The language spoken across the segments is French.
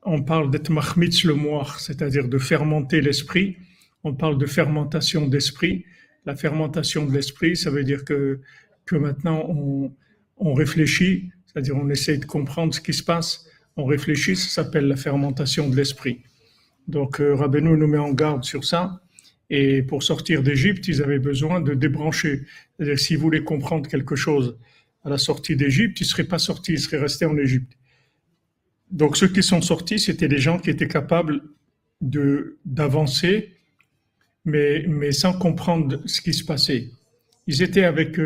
on parle d'être mahmitz le moire, c'est-à-dire de fermenter l'esprit. On parle de fermentation d'esprit. La fermentation de l'esprit, ça veut dire que maintenant on réfléchit, c'est-à-dire on essaie de comprendre ce qui se passe. On réfléchit, ça s'appelle la fermentation de l'esprit. Donc Rabbeinu nous met en garde sur ça. Et pour sortir d'Égypte, ils avaient besoin de débrancher. C'est-à-dire s'ils voulaient comprendre quelque chose à la sortie d'Égypte, ils ne seraient pas sortis, ils seraient restés en Égypte. Donc ceux qui sont sortis, c'était des gens qui étaient capables d'avancer, mais sans comprendre ce qui se passait. Ils étaient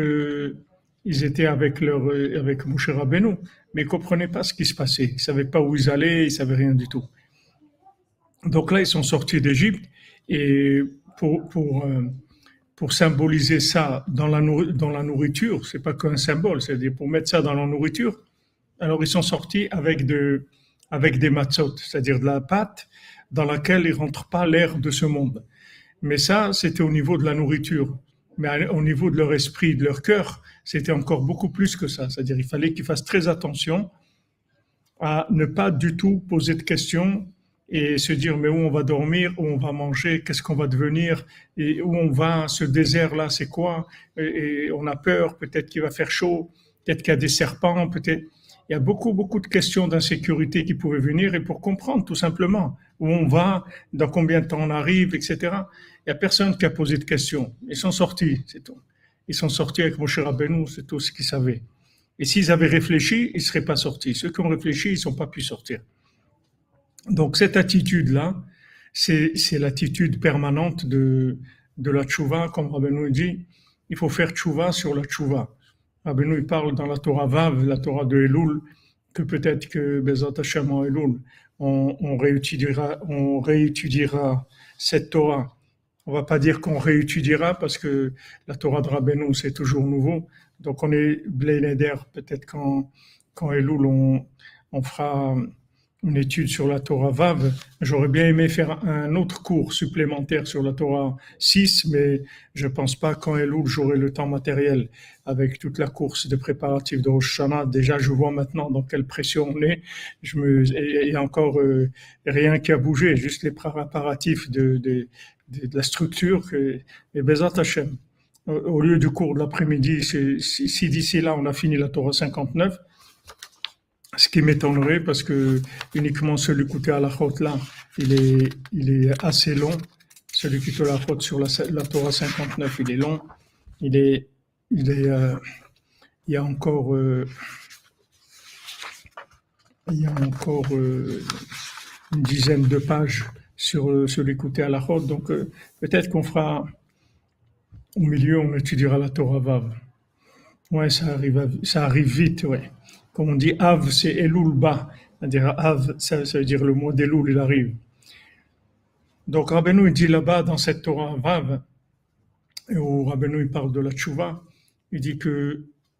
avec Moshe Rabbeinu, mais ils ne comprenaient pas ce qui se passait. Ils ne savaient pas où ils allaient, ils ne savaient rien du tout. Donc là, ils sont sortis d'Égypte et pour symboliser ça dans la nourriture, c'est pas qu'un symbole, c'est-à-dire pour mettre ça dans la nourriture. Alors ils sont sortis avec des matzot, c'est-à-dire de la pâte dans laquelle il rentre pas l'air de ce monde. Mais ça, c'était au niveau de la nourriture. Mais au niveau de leur esprit, de leur cœur, c'était encore beaucoup plus que ça. C'est-à-dire il fallait qu'ils fassent très attention à ne pas du tout poser de questions et se dire mais où on va dormir, où on va manger, qu'est-ce qu'on va devenir, et où on va, ce désert-là, c'est quoi, et on a peur, peut-être qu'il va faire chaud, peut-être qu'il y a des serpents, peut-être. Il y a beaucoup, beaucoup de questions d'insécurité qui pouvaient venir et pour comprendre tout simplement où on va, dans combien de temps on arrive, etc. Il n'y a personne qui a posé de questions. Ils sont sortis, c'est tout. Ils sont sortis avec Moshe Rabbeinu, c'est tout ce qu'ils savaient. Et s'ils avaient réfléchi, ils ne seraient pas sortis. Ceux qui ont réfléchi, ils n'ont pas pu sortir. Donc cette attitude-là, c'est l'attitude permanente de la tchouva, comme Rabbeinu dit. Il faut faire tchouva sur la tchouva. Rabbeinu parle dans la Torah Vav, la Torah de Elul, que peut-être que Bezat Hashem en Elul, on réétudiera cette Torah. On ne va pas dire qu'on réétudiera parce que la Torah de Rabbeinu, c'est toujours nouveau. Donc on est Blei Neder, peut-être quand Elul, on fera une étude sur la Torah Vav. J'aurais bien aimé faire un autre cours supplémentaire sur la Torah 6, mais je ne pense pas qu'en Elul, j'aurai le temps matériel avec toute la course de préparatifs de Rosh Hashanah. Déjà, je vois maintenant dans quelle pression on est. Il y a encore rien qui a bougé, juste les préparatifs de la structure. Et Bezat Hashem, au lieu du cours de l'après-midi, si d'ici là, on a fini la Torah 59, ce qui m'étonnerait parce que uniquement celui qui écoute à la chôte là, il est assez long. Celui qui écoute à la chôte sur la Torah 59, il est long. Il y a encore une dizaine de pages sur celui qui écoute à la chôte. Donc peut-être qu'on fera au milieu, on étudiera la Torah Vav. Ouais, ça arrive vite, ouais. Comme on dit, Av, c'est Elul Ba. C'est-à-dire, Av, ça veut dire le mois d'Elul, il arrive. Donc, Rabbeinu, il dit là-bas, dans cette Torah Vav, où Rabbeinu, il parle de la tchouva, il dit que,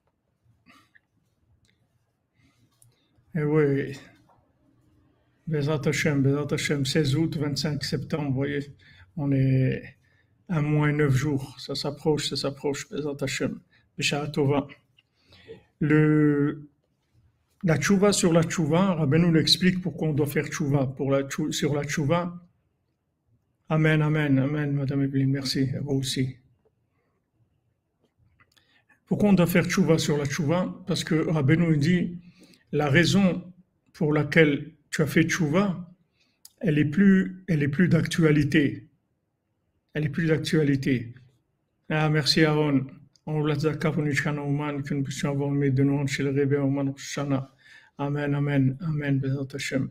ouais, Bezat Hashem, 16 août, 25 septembre, vous voyez, on est à moins 9 jours. Ça s'approche, Bezat Hashem. Bishara Tova. La tchouva sur la tchouva, Rabbeinu nous explique pourquoi on doit faire tchouva. Sur la tchouva, Amen, Amen, Amen, Madame Evelyne, merci, à vous aussi. Pourquoi on doit faire tchouva sur la tchouva? Parce que Rabbeinu dit, la raison pour laquelle tu as fait tchouva, elle est plus d'actualité. Elle est plus d'actualité. Ah, merci Aaron. On l'a dit pour nous que nous puissions avoir mis de nous chez le Rebbe Oman Shana. Amen, Amen, Amen, Bezat Hashem.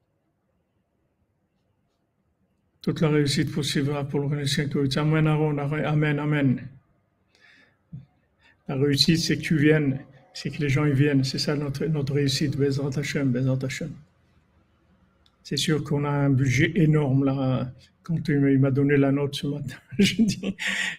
Toute la réussite possible pour le réussite. Amen, Aaron, Amen, Amen. La réussite, c'est que tu viennes, c'est que les gens y viennent. C'est ça notre réussite, Bezat Hashem, Bezat Hashem. C'est sûr qu'on a un budget énorme là. Quand il m'a donné la note ce matin, je dis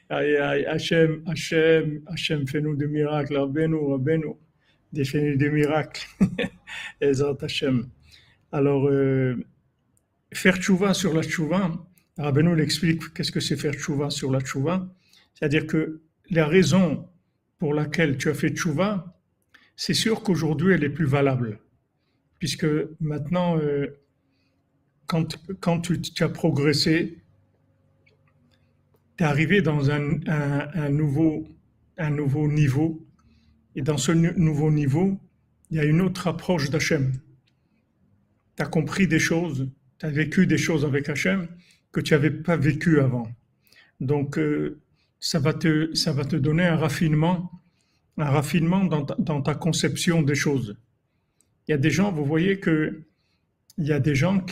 Hachem, fais-nous des miracles, Rabbeinu, fais-nous des miracles. Ezrat Hachem. Alors, faire tchouva sur la tchouva, Rabbeinu l'explique qu'est-ce que c'est faire tchouva sur la tchouva. C'est-à-dire que la raison pour laquelle tu as fait tchouva, c'est sûr qu'aujourd'hui elle est plus valable. Puisque maintenant, quand tu as progressé, tu es arrivé dans un nouveau niveau, et dans ce nouveau niveau, il y a une autre approche d'Hachem. Tu as compris des choses, tu as vécu des choses avec Hachem que tu n'avais pas vécu avant. Donc, ça va te donner un raffinement dans ta conception des choses. Il y a des gens, vous voyez que il y a des gens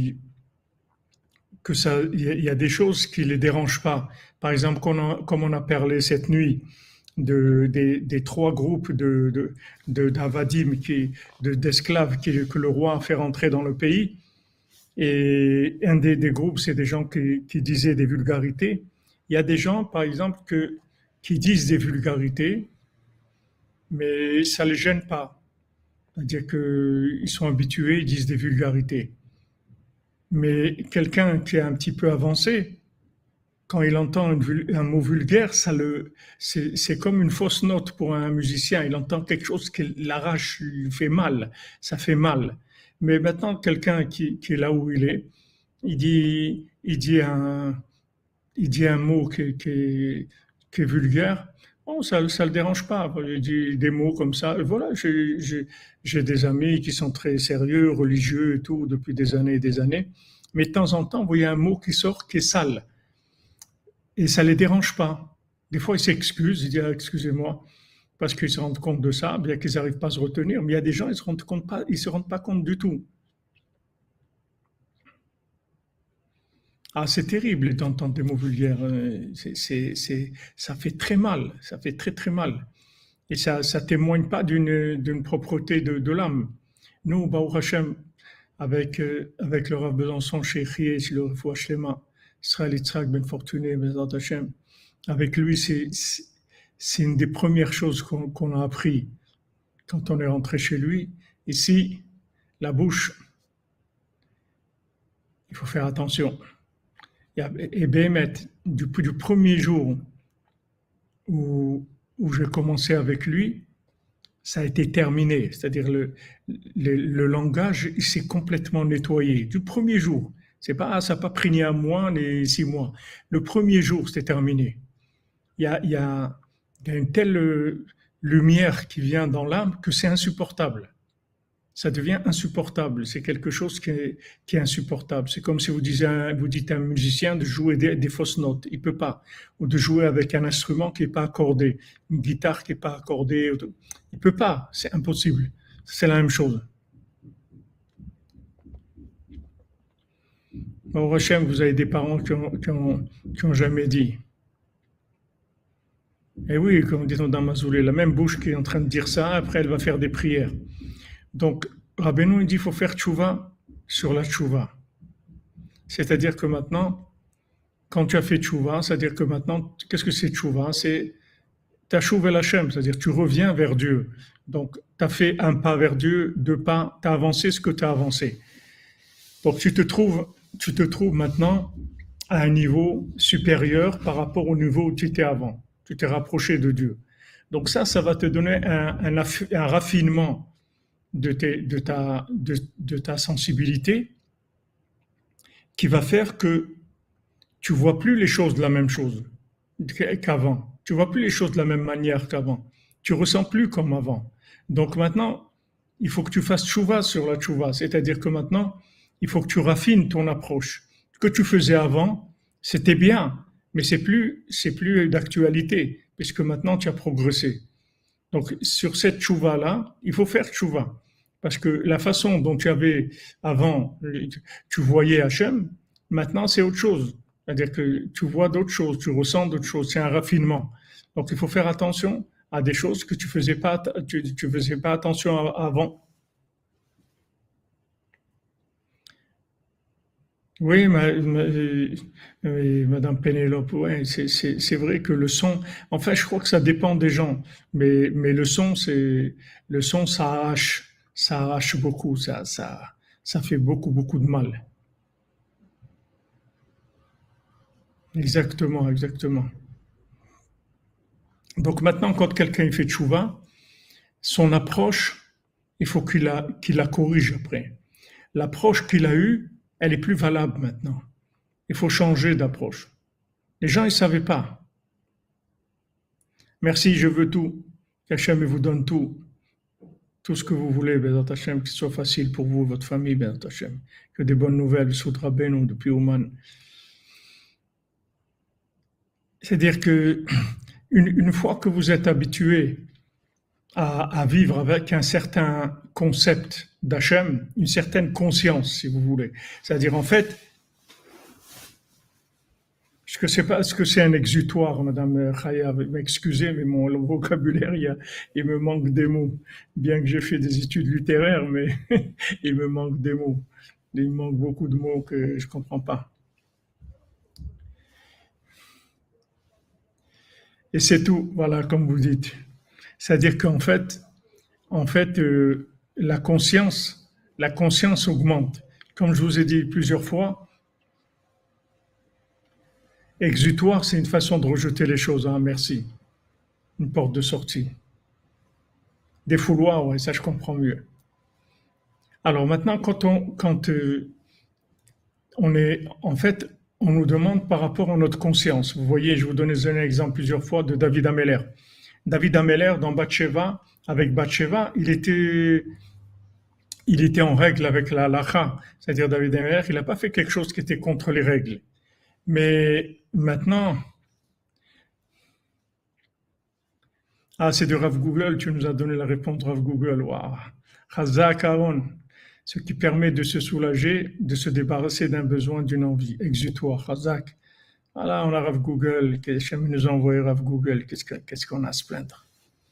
il y a des choses qui les dérangent pas. Par exemple, comme on a parlé cette nuit des trois groupes d'avadim, d'esclaves que le roi a fait rentrer dans le pays. Et un des groupes, c'est des gens qui disaient des vulgarités. Il y a des gens, par exemple, qui disent des vulgarités, mais ça ne les gêne pas. C'est-à-dire qu'ils sont habitués, ils disent des vulgarités. Mais quelqu'un qui est un petit peu avancé, quand il entend un mot vulgaire, c'est comme une fausse note pour un musicien. Il entend quelque chose qui l'arrache, lui fait mal. Ça fait mal. Mais maintenant, quelqu'un qui est là où il dit un mot qui est vulgaire. Bon, ça le dérange pas. Il dit des mots comme ça. Et voilà, j'ai des amis qui sont très sérieux, religieux et tout, depuis des années et des années. Mais de temps en temps, vous voyez un mot qui sort qui est sale. Et ça les dérange pas. Des fois, ils s'excusent, ils disent excusez-moi, parce qu'ils se rendent compte de ça, bien qu'ils n'arrivent pas à se retenir. Mais il y a des gens, ils se rendent pas compte du tout. Ah, c'est terrible d'entendre des mots vulgaires. Ça fait très mal. Ça fait très très mal. Et ça témoigne pas d'une propreté de l'âme. Nous, Baruch Hashem, avec le Rav Besançon, chez Rié, chez le Refoua Shlema, Israël Yitzhak Ben Fortuné, Bezrat Hashem, avec lui, c'est une des premières choses qu'on a appris quand on est rentré chez lui. Ici, la bouche, il faut faire attention. Et Béhémet, du premier jour où j'ai commencé avec lui, ça a été terminé. C'est-à-dire le langage, il s'est complètement nettoyé. Du premier jour. Ça n'a pas pris ni un mois, ni 6 mois. Le premier jour, c'était terminé. Il y a une telle lumière qui vient dans l'âme que c'est insupportable. Ça devient insupportable. C'est quelque chose qui est insupportable. C'est comme si vous dites à un musicien de jouer des fausses notes. Il peut pas. Ou de jouer avec un instrument qui n'est pas accordé. Une guitare qui n'est pas accordée. Il peut pas. C'est impossible. C'est la même chose. Au Hachem, vous avez des parents qui ont jamais dit. Et oui, comme dit dans Mazoulé, la même bouche qui est en train de dire ça, après elle va faire des prières. Donc, Rabbeinu dit qu'il faut faire tchouva sur la tchouva. C'est-à-dire que maintenant, quand tu as fait tchouva, c'est-à-dire que maintenant, qu'est-ce que c'est tchouva? C'est tashuv el Hashem, c'est-à-dire tu reviens vers Dieu. Donc, tu as fait un pas vers Dieu, 2 pas, tu as avancé ce que tu as avancé. Donc, tu te trouves maintenant à un niveau supérieur par rapport au niveau où tu étais avant. Tu t'es rapproché de Dieu. Donc ça va te donner un raffinement de ta sensibilité qui va faire que tu vois plus les choses de la même chose qu'avant. Tu vois plus les choses de la même manière qu'avant. Tu ressens plus comme avant. Donc maintenant, il faut que tu fasses tchouva sur la tchouva. C'est-à-dire que maintenant, il faut que tu raffines ton approche. Ce que tu faisais avant, c'était bien, mais c'est plus d'actualité, puisque maintenant tu as progressé. Donc, sur cette tchouva-là, il faut faire tchouva. Parce que la façon dont tu avais avant, tu voyais Hachem, maintenant c'est autre chose. C'est-à-dire que tu vois d'autres choses, tu ressens d'autres choses, c'est un raffinement. Donc, il faut faire attention à des choses que tu faisais pas attention avant. Oui, Madame Pénélope, ouais, c'est vrai que le son, enfin, je crois que ça dépend des gens, mais le son, ça arrache beaucoup, ça fait beaucoup de mal. Exactement, exactement. Donc maintenant, quand quelqu'un il fait tchouva, son approche, il faut qu'il la corrige après. L'approche qu'il a eue, elle est plus valable maintenant. Il faut changer d'approche. Les gens, ils ne savaient pas. Merci, je veux tout. Qu'Hachem vous donne tout. Tout ce que vous voulez, Bézat Hachem, que ce soit facile pour vous, votre famille, Bézat Hachem. Que des bonnes nouvelles, Soudra Beno, depuis Ouman. C'est-à-dire que une fois que vous êtes habitué à vivre avec un certain concept d'Hachem, une certaine conscience, si vous voulez. C'est-à-dire, en fait, est-ce que c'est un exutoire, Madame Chaya, m'excusez, mais mon vocabulaire, il me manque des mots. Bien que j'ai fait des études littéraires, mais il me manque des mots. Il me manque beaucoup de mots que je ne comprends pas. Et c'est tout, voilà, comme vous dites. C'est-à-dire qu'en fait, la conscience augmente. Comme je vous ai dit plusieurs fois, exutoire, c'est une façon de rejeter les choses. Hein, merci. Une porte de sortie. Défouloir, ouais, ça je comprends mieux. Alors maintenant, quand on est, en fait, on nous demande par rapport à notre conscience. Vous voyez, je vous donne un exemple plusieurs fois de David Ameller. David Ameller, dans Bathsheba, avec Bathsheba, il était en règle avec la halakha. C'est-à-dire, David Ameller, il n'a pas fait quelque chose qui était contre les règles. Mais maintenant, c'est de Rav Google, tu nous as donné la réponse de Rav Google. Waouh. Chazak Aaron, ce qui permet de se soulager, de se débarrasser d'un besoin, d'une envie. Exutoire, Chazak. Voilà, on a Rav Google, Hachem nous a envoyé Rav Google, qu'est-ce qu'on a à se plaindre.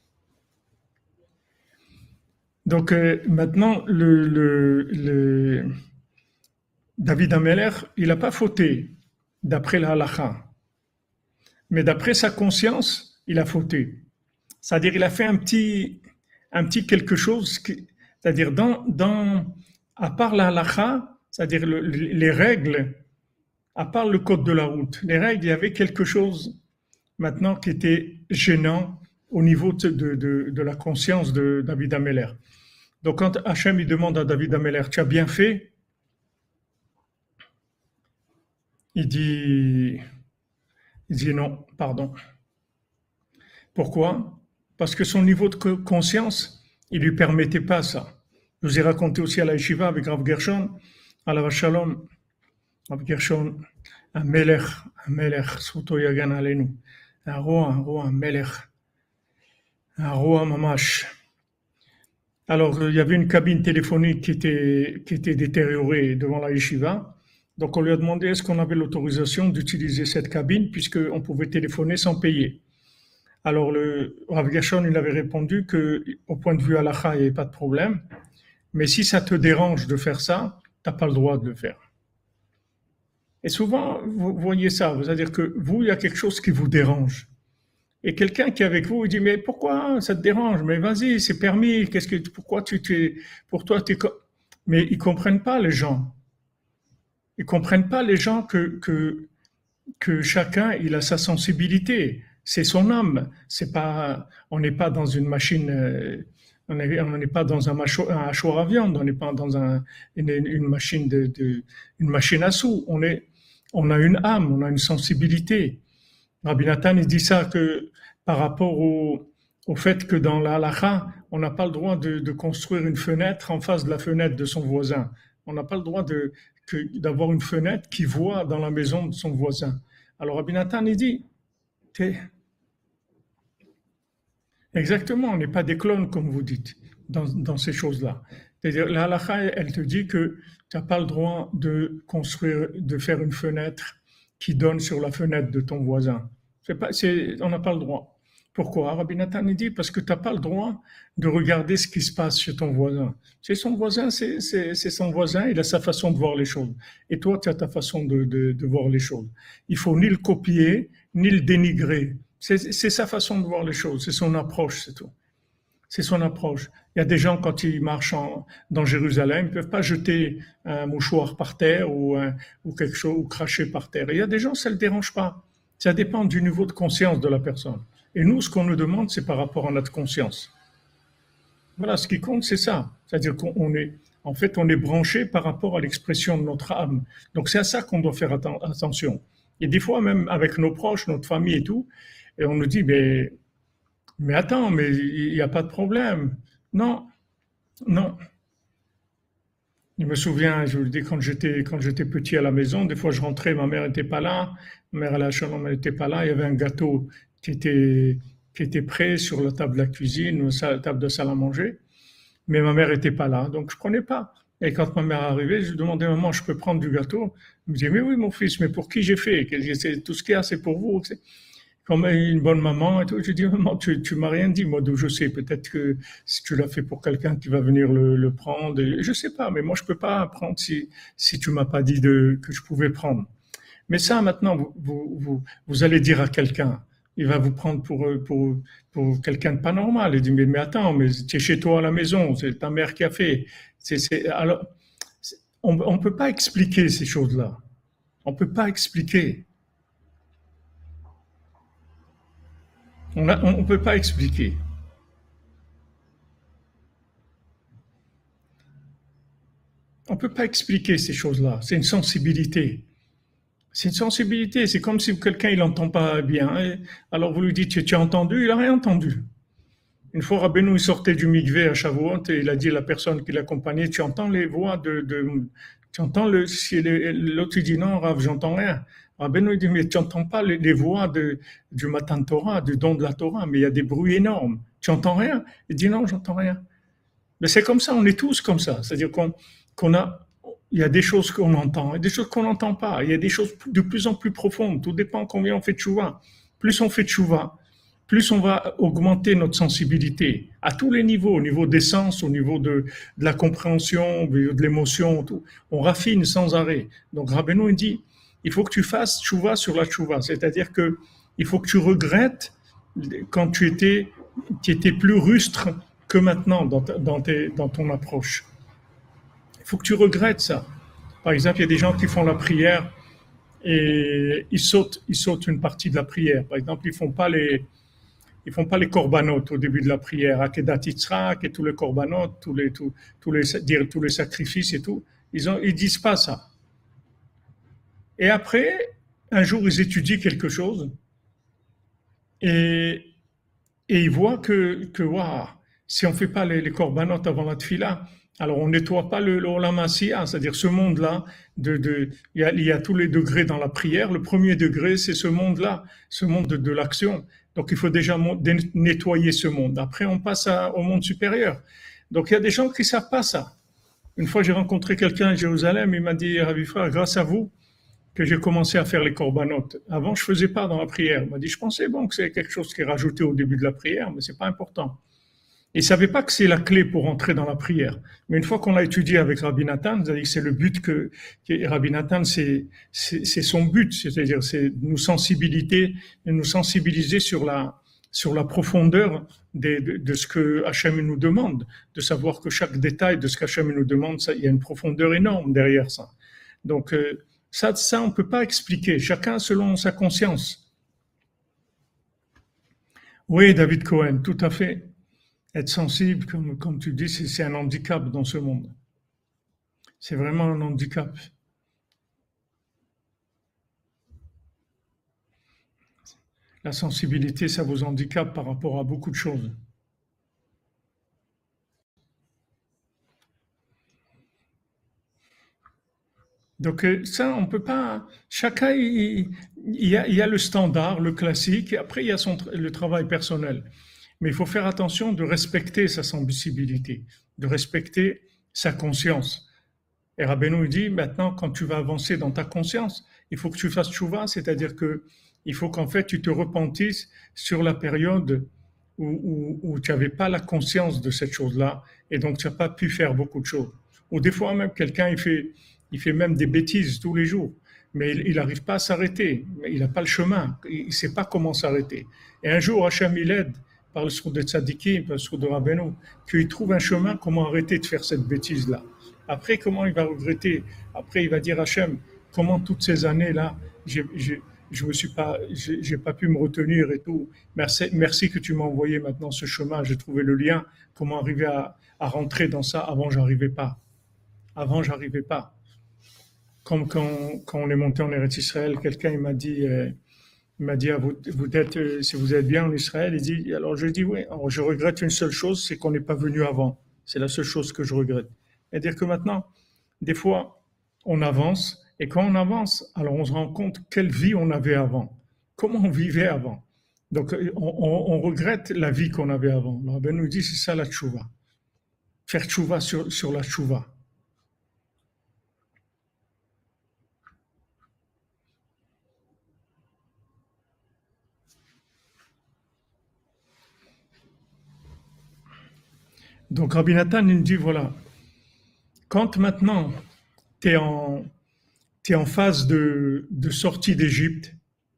Donc maintenant, David Ameller, il n'a pas fauté d'après la halakha, mais d'après sa conscience, il a fauté. C'est-à-dire, il a fait un petit quelque chose, c'est-à-dire à part la halakha, c'est-à-dire les règles, à part le code de la route, les règles, il y avait quelque chose maintenant qui était gênant au niveau de la conscience de David Ameller. Donc quand Hachem il demande à David Ameller, tu as bien fait, il dit non, pardon. Pourquoi? Parce que son niveau de conscience, il lui permettait pas ça. Je vous ai raconté aussi à la yeshiva avec Rav Gershon, à la Shalom, Rav Gershon, un melech, Zchuto Yagan Aleinu, un roi, un melech, un roi mamash. Alors, il y avait une cabine téléphonique qui était détériorée devant la yeshiva. Donc, on lui a demandé est-ce qu'on avait l'autorisation d'utiliser cette cabine puisqu'on pouvait téléphoner sans payer. Alors, le Rav Gershon, il avait répondu qu'au point de vue halakha, il n'y avait pas de problème. Mais si ça te dérange de faire ça, tu n'as pas le droit de le faire. Et souvent, vous voyez ça, c'est-à-dire que vous, il y a quelque chose qui vous dérange. Et quelqu'un qui est avec vous, il dit, mais pourquoi ça te dérange? Mais vas-y, c'est permis, pourquoi pour toi, mais ils comprennent pas les gens. Ils comprennent pas les gens que chacun, il a sa sensibilité. C'est son âme. On n'est pas dans une machine, on n'est pas dans un hachoir à viande, on n'est pas dans une machine une machine à sous. On a une âme, on a une sensibilité. Rabbi Nathan, il dit ça que par rapport au fait que dans la halakha, on n'a pas le droit de construire une fenêtre en face de la fenêtre de son voisin. On n'a pas le droit d'avoir une fenêtre qui voit dans la maison de son voisin. Alors Rabbi Nathan, il dit, exactement, on n'est pas des clones, comme vous dites, dans ces choses-là. C'est-à-dire, la halakha, elle te dit que tu n'as pas le droit de faire une fenêtre qui donne sur la fenêtre de ton voisin. On n'a pas le droit. Pourquoi? Rabbi Nathan dit parce que tu n'as pas le droit de regarder ce qui se passe chez ton voisin. C'est son voisin, c'est son voisin, il a sa façon de voir les choses. Et toi, tu as ta façon de voir les choses. Il faut ni le copier, ni le dénigrer. C'est sa façon de voir les choses, c'est son approche, c'est tout. C'est son approche. Il y a des gens, quand ils marchent dans Jérusalem, ils ne peuvent pas jeter un mouchoir par terre ou quelque chose, ou cracher par terre. Et il y a des gens, ça ne le dérange pas. Ça dépend du niveau de conscience de la personne. Et nous, ce qu'on nous demande, c'est par rapport à notre conscience. Voilà, ce qui compte, c'est ça. C'est-à-dire qu'on est, En fait, on est branché par rapport à l'expression de notre âme. Donc c'est à ça qu'on doit faire attention. Et des fois, même avec nos proches, notre famille et tout, et on nous dit, mais attends, mais il n'y a pas de problème. Non, non. Je me souviens, je vous le dis, quand j'étais petit à la maison, des fois je rentrais, ma mère n'était pas là, ma mère à la chambre, elle n'était pas là, il y avait un gâteau qui était, qui était prêt sur la table de la cuisine, ou la table de salle à manger, mais ma mère n'était pas là, donc je ne prenais pas. Et quand ma mère arrivait, je lui demandais, maman, je peux prendre du gâteau? Elle me disait, mais oui, mon fils, mais pour qui j'ai fait? Tout ce qu'il y a, c'est pour vous. Comme une bonne maman et tout. Je dis, maman, tu m'as rien dit, moi, d'où je sais. Peut-être que si tu l'as fait pour quelqu'un qui va venir le prendre, je sais pas, mais moi, je peux pas prendre si tu m'as pas dit que je pouvais prendre. Mais ça, maintenant, vous allez dire à quelqu'un, il va vous prendre pour quelqu'un de pas normal. Il dit, mais attends, mais tu es chez toi à la maison, c'est ta mère qui a fait. Alors, on peut pas expliquer ces choses-là. On peut pas expliquer. On peut pas expliquer. On peut pas expliquer ces choses-là. C'est une sensibilité. C'est une sensibilité. C'est comme si quelqu'un il entend pas bien. Alors vous lui dites, tu as entendu? Il a rien entendu. Une fois, Rabbeinu il sortait du mikvé à Shavuot et il a dit à la personne qui l'accompagnait, tu entends les voix tu entends si l'autre il dit non, Rav, j'entends rien. Rabbeinu il dit, mais tu entends pas les voix du Matan Torah, du don de la Torah, mais il y a des bruits énormes. Tu entends rien? Il dit non, j'entends rien. Mais c'est comme ça, on est tous comme ça. C'est-à-dire qu'on a, il y a des choses qu'on entend et des choses qu'on n'entend pas. Il y a des choses de plus en plus profondes. Tout dépend combien on fait de chouva. Plus on fait de chouva, plus on va augmenter notre sensibilité à tous les niveaux, au niveau des sens, au niveau de la compréhension, de l'émotion, tout. On raffine sans arrêt. Donc Rabbeinu dit, il faut que tu fasses chouva sur la chouva. C'est-à-dire que il faut que tu regrettes quand tu étais plus rustre que maintenant dans ton approche. Il faut que tu regrettes ça. Par exemple, il y a des gens qui font la prière et ils sautent une partie de la prière. Par exemple, ils font pas les corbanotes au début de la prière, Akedat Yitzhak et tous les corbanotes, tous les sacrifices et tout. Ils disent pas ça. Et après, un jour, ils étudient quelque chose et, et ils voient que waouh, si on ne fait pas les corbanotes avant la tfila, alors on ne nettoie pas le Olam Asiya, c'est-à-dire ce monde-là. Il y a tous les degrés dans la prière. Le premier degré, c'est ce monde-là, ce monde de l'action. Donc il faut déjà nettoyer ce monde. Après, on passe au monde supérieur. Donc il y a des gens qui ne savent pas ça. Une fois, j'ai rencontré quelqu'un à Jérusalem, il m'a dit, Ravi frère, grâce à vous, que j'ai commencé à faire les corbanotes. Avant, je faisais pas dans la prière. Il m'a dit, je pensais bon que c'est quelque chose qui est rajouté au début de la prière, mais c'est pas important. Il savait pas que c'est la clé pour entrer dans la prière. Mais une fois qu'on l'a étudié avec Rabbi Nathan, c'est-à-dire que c'est le but que Rabbi Nathan, c'est son but, c'est-à-dire c'est nous sensibiliser sur la profondeur de ce que Hachem nous demande, de savoir que chaque détail de ce qu'Hachem nous demande, il y a une profondeur énorme derrière ça. Donc, ça, on ne peut pas expliquer. Chacun selon sa conscience. Oui, David Cohen, tout à fait. Être sensible, comme tu dis, c'est un handicap dans ce monde. C'est vraiment un handicap. La sensibilité, ça vous handicape par rapport à beaucoup de choses. Donc ça, on peut pas. Chacun, il y a le standard, le classique, et après il y a le travail personnel. Mais il faut faire attention de respecter sa sensibilité, de respecter sa conscience. Et Rabbeinu dit maintenant, quand tu vas avancer dans ta conscience, il faut que tu fasses tchouva, c'est-à-dire que il faut qu'en fait tu te repentisses sur la période où tu n'avais pas la conscience de cette chose-là, et donc tu n'as pas pu faire beaucoup de choses. Ou des fois même quelqu'un il fait même des bêtises tous les jours, mais il n'arrive pas à s'arrêter, il n'a pas le chemin, il ne sait pas comment s'arrêter. Et un jour, Hachem il aide par le sourd de Tzadikim, par le sourd de Rabbeinu, qu'il trouve un chemin comment arrêter de faire cette bêtise-là. Après, comment il va regretter? Après, il va dire Hachem, comment toutes ces années-là, je me suis pas, j'ai pas pu me retenir et tout. Merci que tu m'as envoyé maintenant ce chemin. J'ai trouvé le lien. Comment arriver à rentrer dans ça avant, j'arrivais pas. Avant, j'arrivais pas. Comme quand on est monté en Eretz Israël, quelqu'un il m'a dit, ah, si vous êtes bien en Israël, il dit, alors je dis oui. Alors, je regrette une seule chose, c'est qu'on n'est pas venu avant. C'est la seule chose que je regrette. C'est-à-dire que maintenant, des fois, on avance, et quand on avance, alors on se rend compte quelle vie on avait avant, comment on vivait avant. Donc, on regrette la vie qu'on avait avant. Le rabbin nous dit, c'est ça la tchouva. Faire tchouva sur la tchouva. Donc, Rabbi Nathan nous dit, voilà, quand maintenant tu es en phase de sortie d'Égypte,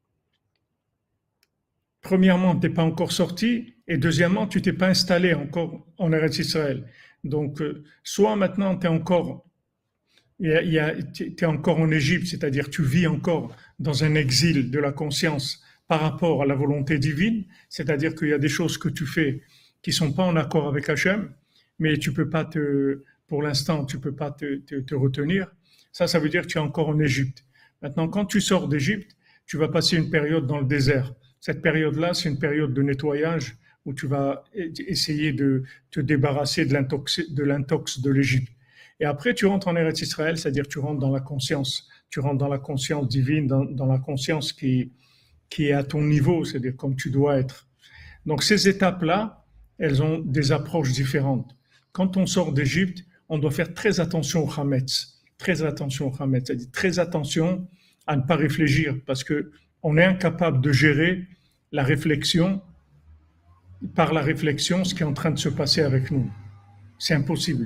premièrement, tu n'es pas encore sorti, et deuxièmement, tu t'es pas installé encore en Eretz Israël. Donc, soit maintenant tu es encore, t'es encore en Égypte, c'est-à-dire tu vis encore dans un exil de la conscience par rapport à la volonté divine, c'est-à-dire qu'il y a des choses que tu fais qui sont pas en accord avec Hachem, mais tu peux pas pour l'instant, tu peux pas te retenir. Ça veut dire que tu es encore en Égypte. Maintenant, quand tu sors d'Égypte, tu vas passer une période dans le désert. Cette période-là, c'est une période de nettoyage où tu vas essayer de te débarrasser de l'intox de l'Égypte. Et après, tu rentres en Eretz Israël, c'est-à-dire tu rentres dans la conscience. Tu rentres dans la conscience divine, dans la conscience qui est à ton niveau, c'est-à-dire comme tu dois être. Donc ces étapes-là, elles ont des approches différentes. Quand on sort d'Égypte, on doit faire très attention au Hametz. Très attention au Hametz, c'est-à-dire très attention à ne pas réfléchir, parce qu'on est incapable de gérer la réflexion, par la réflexion, ce qui est en train de se passer avec nous. C'est impossible.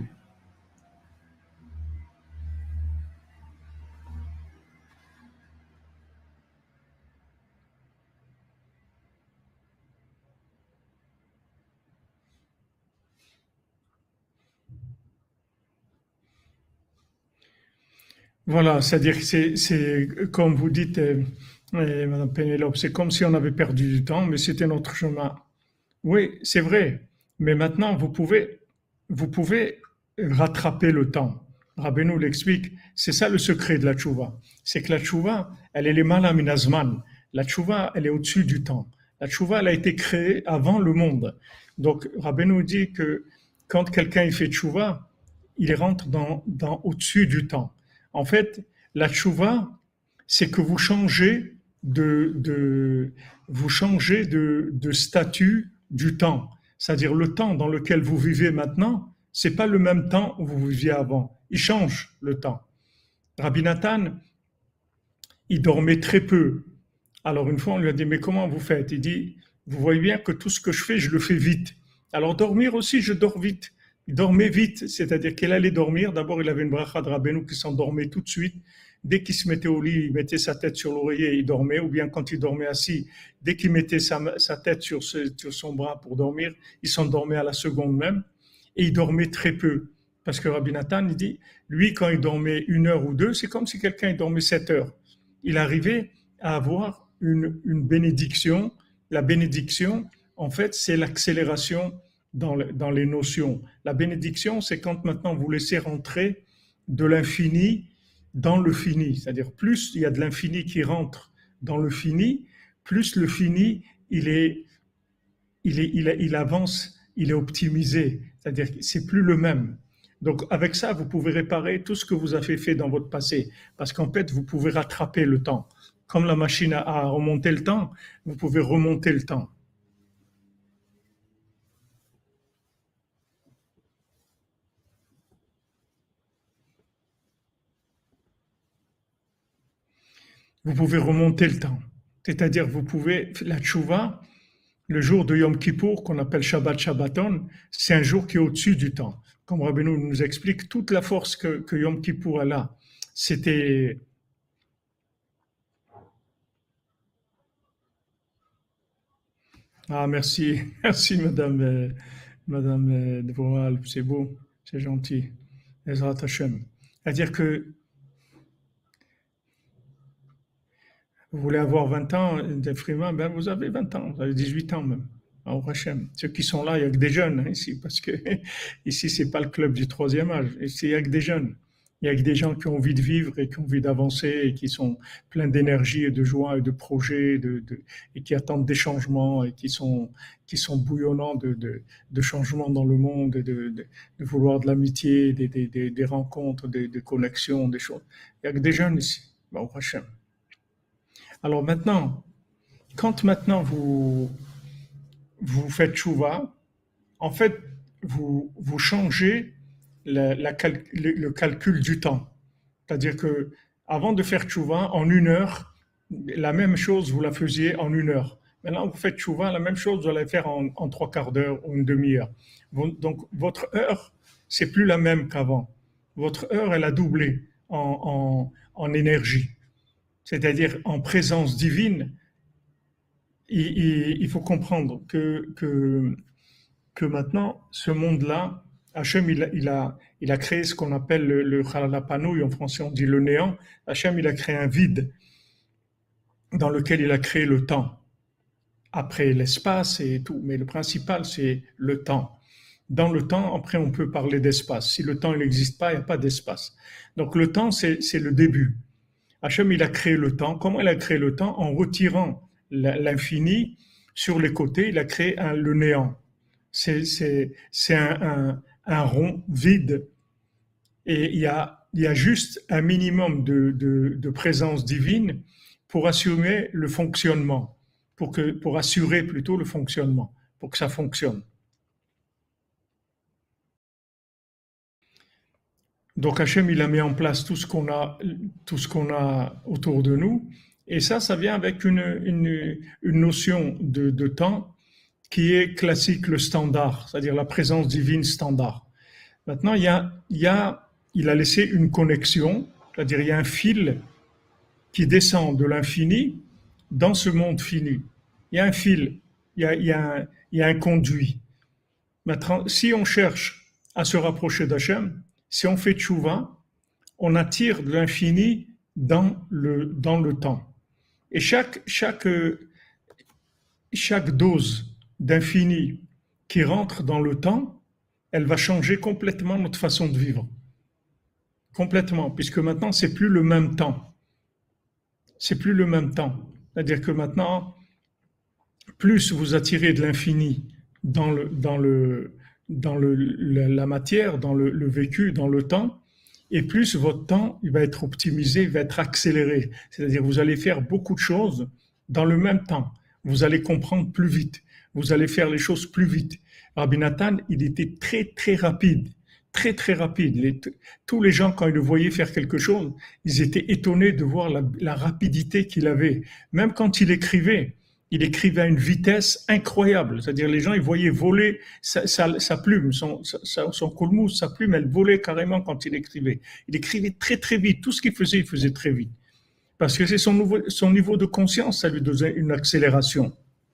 Voilà, c'est-à-dire que c'est comme vous dites, Madame Pénélope, c'est comme si on avait perdu du temps, mais c'était notre chemin. Oui, c'est vrai, mais maintenant vous pouvez rattraper le temps. Rabbeinu l'explique, c'est ça le secret de la tchouva. C'est que la tchouva, elle est les malaminazman. La tchouva, elle est au-dessus du temps. La tchouva, elle a été créée avant le monde. Donc, Rabbeinu dit que quand quelqu'un il fait tchouva, il rentre dans au-dessus du temps. En fait, la tchouva, c'est que vous changez de statut du temps. C'est-à-dire le temps dans lequel vous vivez maintenant, c'est pas le même temps où vous viviez avant. Il change le temps. Rabbi Nathan, il dormait très peu. Alors une fois, on lui a dit, mais comment vous faites? Il dit, vous voyez bien que tout ce que je fais, je le fais vite. Alors dormir aussi, je dors vite. Il dormait vite, c'est-à-dire qu'il allait dormir. D'abord, il avait une bracha de Rabbeinu qui s'endormait tout de suite. Dès qu'il se mettait au lit, il mettait sa tête sur l'oreiller et il dormait. Ou bien quand il dormait assis, dès qu'il mettait sa tête sur son bras pour dormir, il s'endormait à la seconde même. Et il dormait très peu. Parce que Rabbi Nathan, il dit, lui, quand il dormait 1 heure ou 2, c'est comme si quelqu'un dormait 7 heures. Il arrivait à avoir une bénédiction. La bénédiction, en fait, c'est l'accélération dans les notions. La bénédiction, c'est quand maintenant vous laissez rentrer de l'infini dans le fini. C'est-à-dire, plus il y a de l'infini qui rentre dans le fini, plus le fini, il avance, il est optimisé. C'est-à-dire, c'est plus le même. Donc, avec ça, vous pouvez réparer tout ce que vous avez fait dans votre passé. Parce qu'en fait, vous pouvez rattraper le temps. Comme la machine a remonté le temps, vous pouvez remonter le temps. Vous pouvez remonter le temps. C'est-à-dire, vous pouvez, la tchouva, le jour de Yom Kippour, qu'on appelle Shabbat Shabbaton, c'est un jour qui est au-dessus du temps. Comme Rabbeinu nous explique, toute la force que Yom Kippour a là, c'était... Ah, merci, merci Madame, Madame Dvoral, c'est beau, c'est gentil. Ezrat Hashem. C'est-à-dire que vous voulez avoir 20 ans d'Efrima, ben vous avez 20 ans, vous avez 18 ans même. Au Hachem. Ceux qui sont là, il n'y a que des jeunes hein, ici, parce que ici, c'est pas le club du troisième âge. Ici, il n'y a que des jeunes. Il y a que des gens qui ont envie de vivre et qui ont envie d'avancer et qui sont pleins d'énergie et de joie et de projets et qui attendent des changements et qui sont bouillonnants de changements dans le monde et de vouloir de l'amitié, des rencontres, des connexions, des choses. Il y a que des jeunes ici. Bon, au prochain. Alors maintenant, quand maintenant vous faites chouva, en fait, vous changez le calcul du temps. C'est-à-dire que avant de faire tchouva en 1 heure, la même chose vous la faisiez en 1 heure. Maintenant, vous faites tchouva, la même chose vous allez faire en 3/4 d'heure ou une demi-heure. Donc votre heure, c'est plus la même qu'avant. Votre heure, elle a doublé en énergie. C'est-à-dire en présence divine. Il faut comprendre que maintenant, ce monde-là, Hachem, il a créé ce qu'on appelle le Chalapanouï, en français on dit le néant. Hachem, il a créé un vide dans lequel il a créé le temps. Après l'espace et tout, mais le principal, c'est le temps. Dans le temps, après, on peut parler d'espace. Si le temps n'existe pas, il n'y a pas d'espace. Donc le temps, c'est le début. Hachem, il a créé le temps. Comment il a créé le temps? En retirant l'infini sur les côtés, il a créé le néant. C'est un rond vide et il y a juste un minimum de présence divine pour assurer le fonctionnement, pour assurer plutôt le fonctionnement, pour que ça fonctionne. Donc Hachem, il a mis en place tout ce qu'on a autour de nous, et ça vient avec une notion de temps qui est classique, le standard, c'est-à-dire la présence divine standard. Maintenant, il a laissé une connexion, c'est-à-dire il y a un fil qui descend de l'infini dans ce monde fini. Il y a un fil, il y a un conduit. Maintenant, si on cherche à se rapprocher d'Hachem, si on fait tchouva, on attire de l'infini dans le temps. Et chaque dose d'infini qui rentre dans le temps, elle va changer complètement notre façon de vivre. Complètement, puisque maintenant, c'est plus le même temps. C'est plus le même temps. C'est-à-dire que maintenant, plus vous attirez de l'infini dans la matière, dans le vécu, dans le temps, et plus votre temps il va être optimisé, il va être accéléré. C'est-à-dire que vous allez faire beaucoup de choses dans le même temps. Vous allez comprendre plus vite. Vous allez faire les choses plus vite. Rabbi Nathan, il était très, très rapide. Très, très rapide. Tous les gens, quand ils le voyaient faire quelque chose, ils étaient étonnés de voir la rapidité qu'il avait. Même quand il écrivait à une vitesse incroyable. C'est-à-dire, les gens, ils voyaient voler sa plume, son colmousse, sa plume, elle volait carrément quand il écrivait. Il écrivait très, très vite. Tout ce qu'il faisait, il faisait très vite. Parce que c'est son niveau de conscience, ça lui donnait une accélération.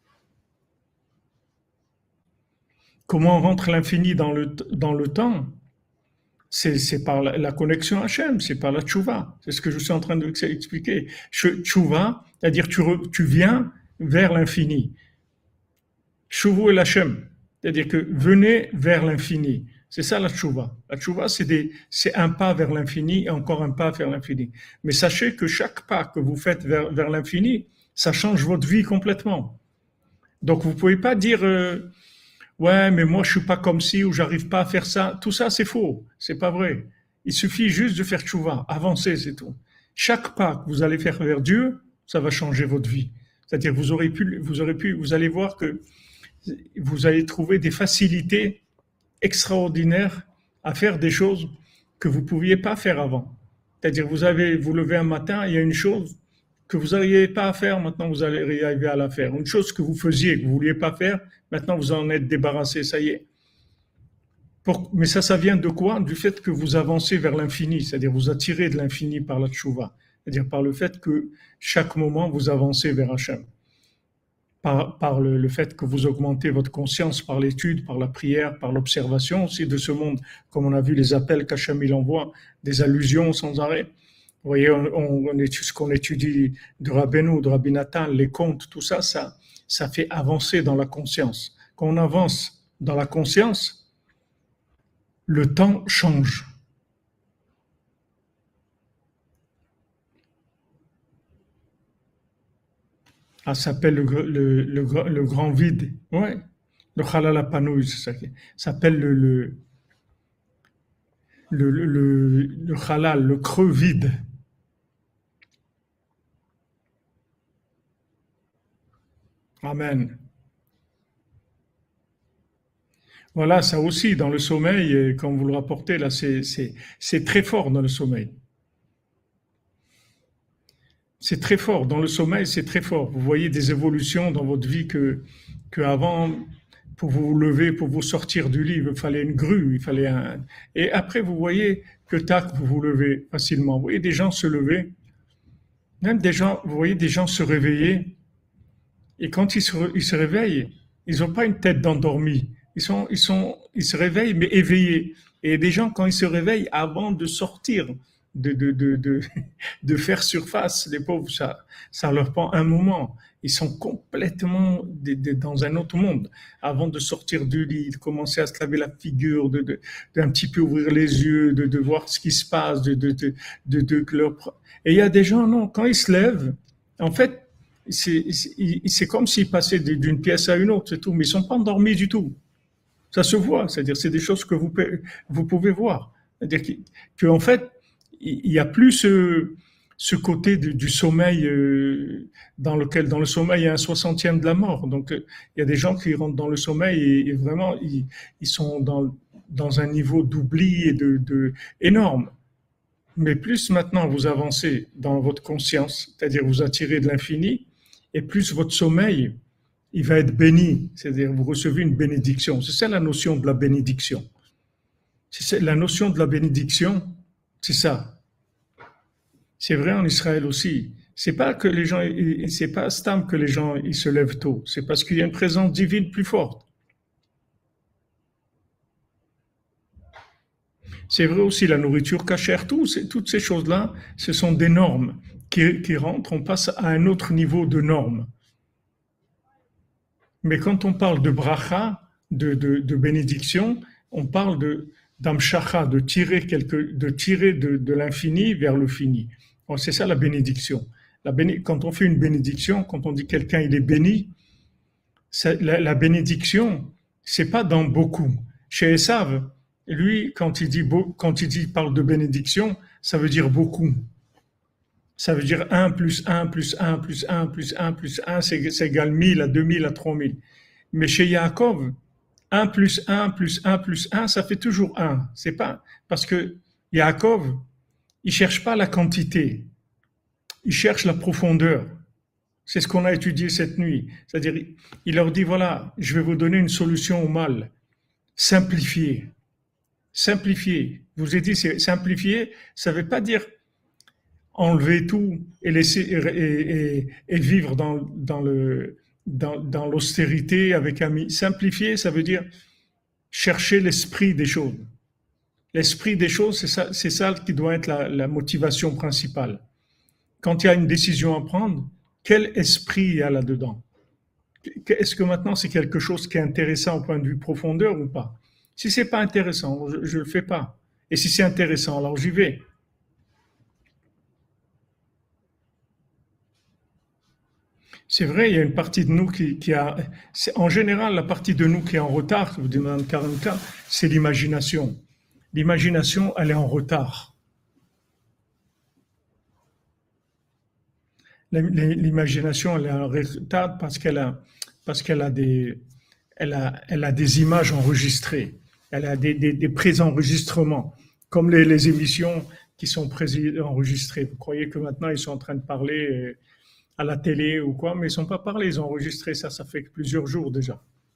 Comment on rentre l'infini dans le temps? C'est par la connexion à Hachem, c'est par la tchouva. C'est ce que je suis en train d'expliquer. Tchouva, c'est-à-dire tu viens vers l'infini. Chouvu el Hachem, c'est-à-dire que venez vers l'infini. C'est ça la tchouva. La tchouva, c'est un pas vers l'infini et encore un pas vers l'infini. Mais sachez que chaque pas que vous faites vers l'infini, ça change votre vie complètement. Donc vous ne pouvez pas dire ouais, mais moi je suis pas comme ci ou j'arrive pas à faire ça. Tout ça c'est faux, c'est pas vrai. Il suffit juste de faire tchouva, avancer, c'est tout. Chaque pas que vous allez faire vers Dieu, ça va changer votre vie. C'est-à-dire vous allez voir que vous allez trouver des facilités extraordinaires à faire des choses que vous ne pouviez pas faire avant. C'est-à-dire vous levez un matin, il y a une chose que vous n'arrivez pas à faire, maintenant vous allez arriver à la faire. Une chose que vous faisiez, que vous ne vouliez pas faire, maintenant vous en êtes débarrassé, ça y est. Mais ça vient de quoi? Du fait que vous avancez vers l'infini, c'est-à-dire vous attirez de l'infini par la tchouva, c'est-à-dire par le fait que chaque moment vous avancez vers Hachem. Par le fait que vous augmentez votre conscience par l'étude, par la prière, par l'observation aussi de ce monde, comme on a vu les appels qu'Hachem il envoie, des allusions sans arrêt. Vous voyez, ce qu'on étudie de Rabbeinu, de Rabbi Nathan, les contes, tout ça, ça fait avancer dans la conscience. Quand on avance dans la conscience, le temps change. Ah, ça s'appelle le grand vide. Ouais. Le halal apanoui, c'est ça. Ça s'appelle le halal, le creux vide. Amen. Voilà, ça aussi, dans le sommeil, comme vous le rapportez, là, c'est très fort dans le sommeil. C'est très fort. Dans le sommeil, c'est très fort. Vous voyez des évolutions dans votre vie que avant, pour vous lever, pour vous sortir du lit, il fallait une grue, il fallait un. Et après, vous voyez que tac, vous vous levez facilement. Vous voyez des gens se lever, même des gens, vous voyez des gens se réveiller. Et quand ils se réveillent, ils n'ont pas une tête d'endormi. Ils se réveillent, mais éveillés. Et des gens, quand ils se réveillent, avant de sortir, de, de, de, de, de faire surface, les pauvres, ça leur prend un moment. Ils sont complètement dans un autre monde. Avant de sortir du lit, de commencer à se laver la figure, d'un petit peu ouvrir les yeux, de voir ce qui se passe, Et il y a des gens, non, quand ils se lèvent, en fait, c'est comme s'ils passaient d'une pièce à une autre, c'est tout, mais ils sont pas endormis du tout. Ça se voit, c'est-à-dire c'est des choses que vous pouvez voir. C'est-à-dire qu'en fait, il y a plus ce côté du sommeil dans le sommeil il y a un soixantième de la mort. Donc il y a des gens qui rentrent dans le sommeil et vraiment ils sont dans un niveau d'oubli et énorme. Mais plus maintenant vous avancez dans votre conscience, c'est-à-dire vous attirez de l'infini, et plus votre sommeil, il va être béni, c'est-à-dire vous recevez une bénédiction. C'est ça la notion de la bénédiction. La notion de la bénédiction, c'est ça. C'est vrai en Israël aussi. C'est pas que les gens, c'est pas stam que les gens ils se lèvent tôt. C'est parce qu'il y a une présence divine plus forte. C'est vrai aussi la nourriture cachère, toutes ces choses-là, ce sont des normes qui rentrent. On passe à un autre niveau de normes. Mais quand on parle de bracha, de bénédiction, on parle d'amshacha, de tirer de l'infini vers le fini. Bon, c'est ça la bénédiction. Quand on fait une bénédiction, quand on dit quelqu'un il est béni, la bénédiction, c'est pas dans beaucoup. Chez Esav, lui, il parle de bénédiction, ça veut dire beaucoup. Ça veut dire un plus un plus un plus un plus un plus un, c'est égal 1000 à 2000 à 3000. Mais chez Yaakov, un plus un plus un plus un, ça fait toujours un. C'est pas parce que Yaakov, il cherche pas la quantité, il cherche la profondeur. C'est ce qu'on a étudié cette nuit. C'est-à-dire, il leur dit voilà, je vais vous donner une solution au mal. Simplifier. Simplifier. Je vous ai dit, c'est simplifier, ça ne veut pas dire enlever tout et laisser et vivre dans l'austérité avec amis. Simplifier, ça veut dire chercher l'esprit des choses. L'esprit des choses, c'est ça qui doit être la motivation principale. Quand il y a une décision à prendre, quel esprit il y a là-dedans? Est-ce que maintenant c'est quelque chose qui est intéressant au point de vue profondeur ou pas? Si c'est pas intéressant, je le fais pas. Et si c'est intéressant, alors j'y vais. C'est vrai, il y a une partie de nous qui a. En général, la partie de nous qui est en retard, vous dites Mme Karenka, c'est l'imagination. L'imagination, elle est en retard. L'imagination, elle est en retard parce qu'elle a elle a des images enregistrées. Elle a des préenregistrements, comme les émissions qui sont enregistrées. Vous croyez que maintenant ils sont en train de parler à la télé ou quoi, mais ils ne sont pas parlés, ils ont enregistré ça, ça fait plusieurs jours déjà.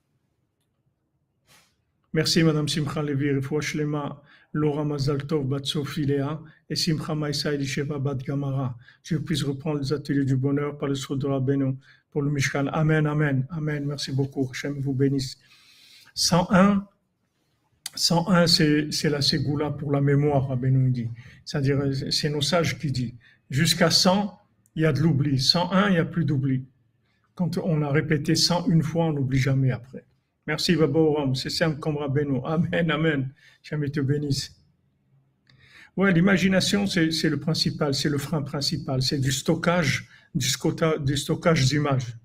Merci Madame Simcha Levi, Refoua Shlema, Laura Mazaltov, Bat Sophie Léa, et Simcha Maïsa Elisheva Bat Gamara. Je puisse reprendre les ateliers du bonheur par le soin de Rabbeinu pour le Mishkan. Amen, amen, amen. Merci beaucoup. Hachem vous bénisse. 101, 101 c'est la ségoula pour la mémoire, Rabbeinu dit. C'est-à-dire, c'est nos sages qui disent. Jusqu'à 100, il y a de l'oubli. 101, il n'y a plus d'oubli. Quand on a répété 100 une fois, on n'oublie jamais après. Merci, Baba Oram. C'est simple comme Rabbeinu. Amen, amen. Jamais te bénisse. Ouais, l'imagination, c'est le principal, c'est le frein principal. C'est du stockage du stockage d'images.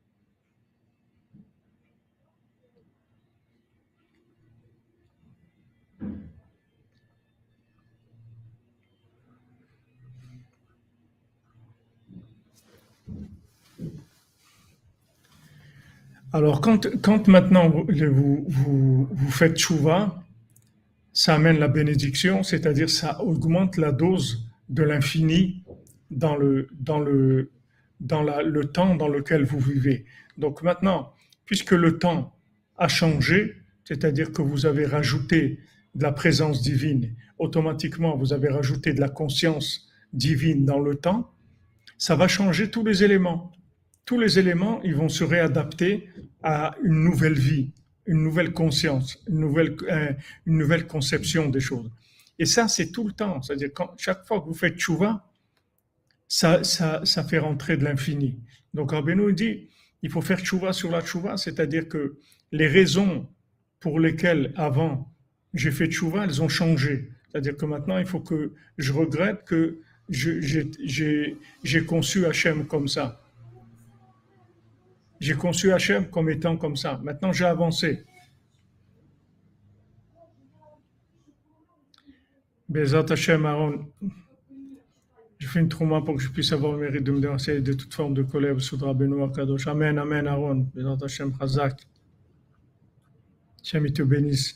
Alors, quand maintenant vous faites tchouva, ça amène la bénédiction, c'est-à-dire ça augmente la dose de l'infini dans le temps dans lequel vous vivez. Donc maintenant, puisque le temps a changé, c'est-à-dire que vous avez rajouté de la présence divine, automatiquement vous avez rajouté de la conscience divine dans le temps, ça va changer tous les éléments. Tous les éléments, ils vont se réadapter à une nouvelle vie, une nouvelle conscience, une nouvelle conception des choses. Et ça, c'est tout le temps. C'est-à-dire, chaque fois que vous faites tchouva, ça fait rentrer de l'infini. Donc, Rabbeinu dit, il faut faire tchouva sur la tchouva, c'est-à-dire que les raisons pour lesquelles avant j'ai fait tchouva, elles ont changé. C'est-à-dire que maintenant, il faut que je regrette que j'ai conçu Hachem comme ça. J'ai conçu Hachem comme étant comme ça. Maintenant, j'ai avancé. Bezat Hachem, Aaron, je fais une trouma pour que je puisse avoir le mérite de me débarrasser de toute forme de colère sous Rabbeinu Akadosh. Amen, amen, Aaron. Bezat Hachem, Chazak. Hachem, il te bénisse.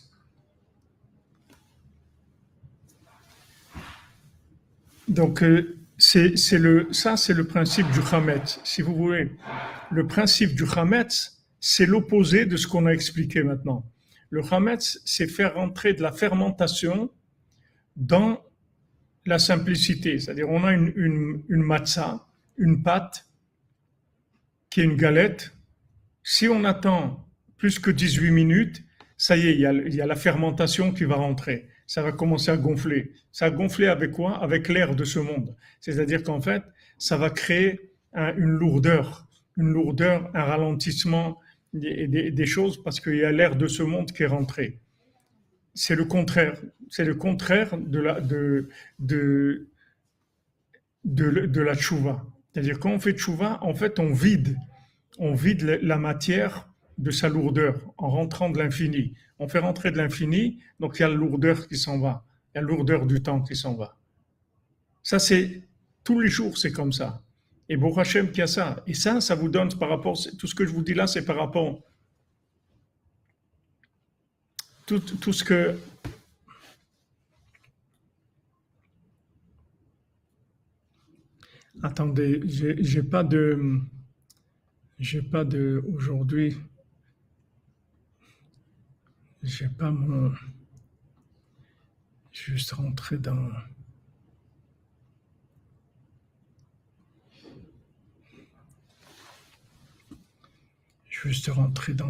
Donc, c'est le principe du Chametz. Si vous voulez, le principe du Chametz, c'est l'opposé de ce qu'on a expliqué maintenant. Le Chametz, c'est faire rentrer de la fermentation dans la simplicité. C'est-à-dire, on a une matzah, une pâte, qui est une galette. Si on attend plus que 18 minutes, ça y est, il y a la fermentation qui va rentrer. Ça va commencer à gonfler. Ça va gonfler avec quoi? Avec l'air de ce monde. C'est-à-dire qu'en fait, ça va créer une lourdeur, un ralentissement des choses parce qu'il y a l'air de ce monde qui est rentré. C'est le contraire. C'est le contraire de la tchouva. C'est-à-dire quand on fait tchouva, en fait, on vide la matière de sa lourdeur en rentrant de l'infini. On fait rentrer de l'infini, donc il y a la lourdeur qui s'en va. Il y a la lourdeur du temps qui s'en va. Ça, c'est tous les jours, c'est comme ça. Et Baruch Hashem qui a ça. Et ça vous donne par rapport, tout ce que je vous dis là, c'est par rapport tout ce que. Attendez, j'ai pas de aujourd'hui. J'ai pas mon. Juste rentrer dans. Juste rentrer dans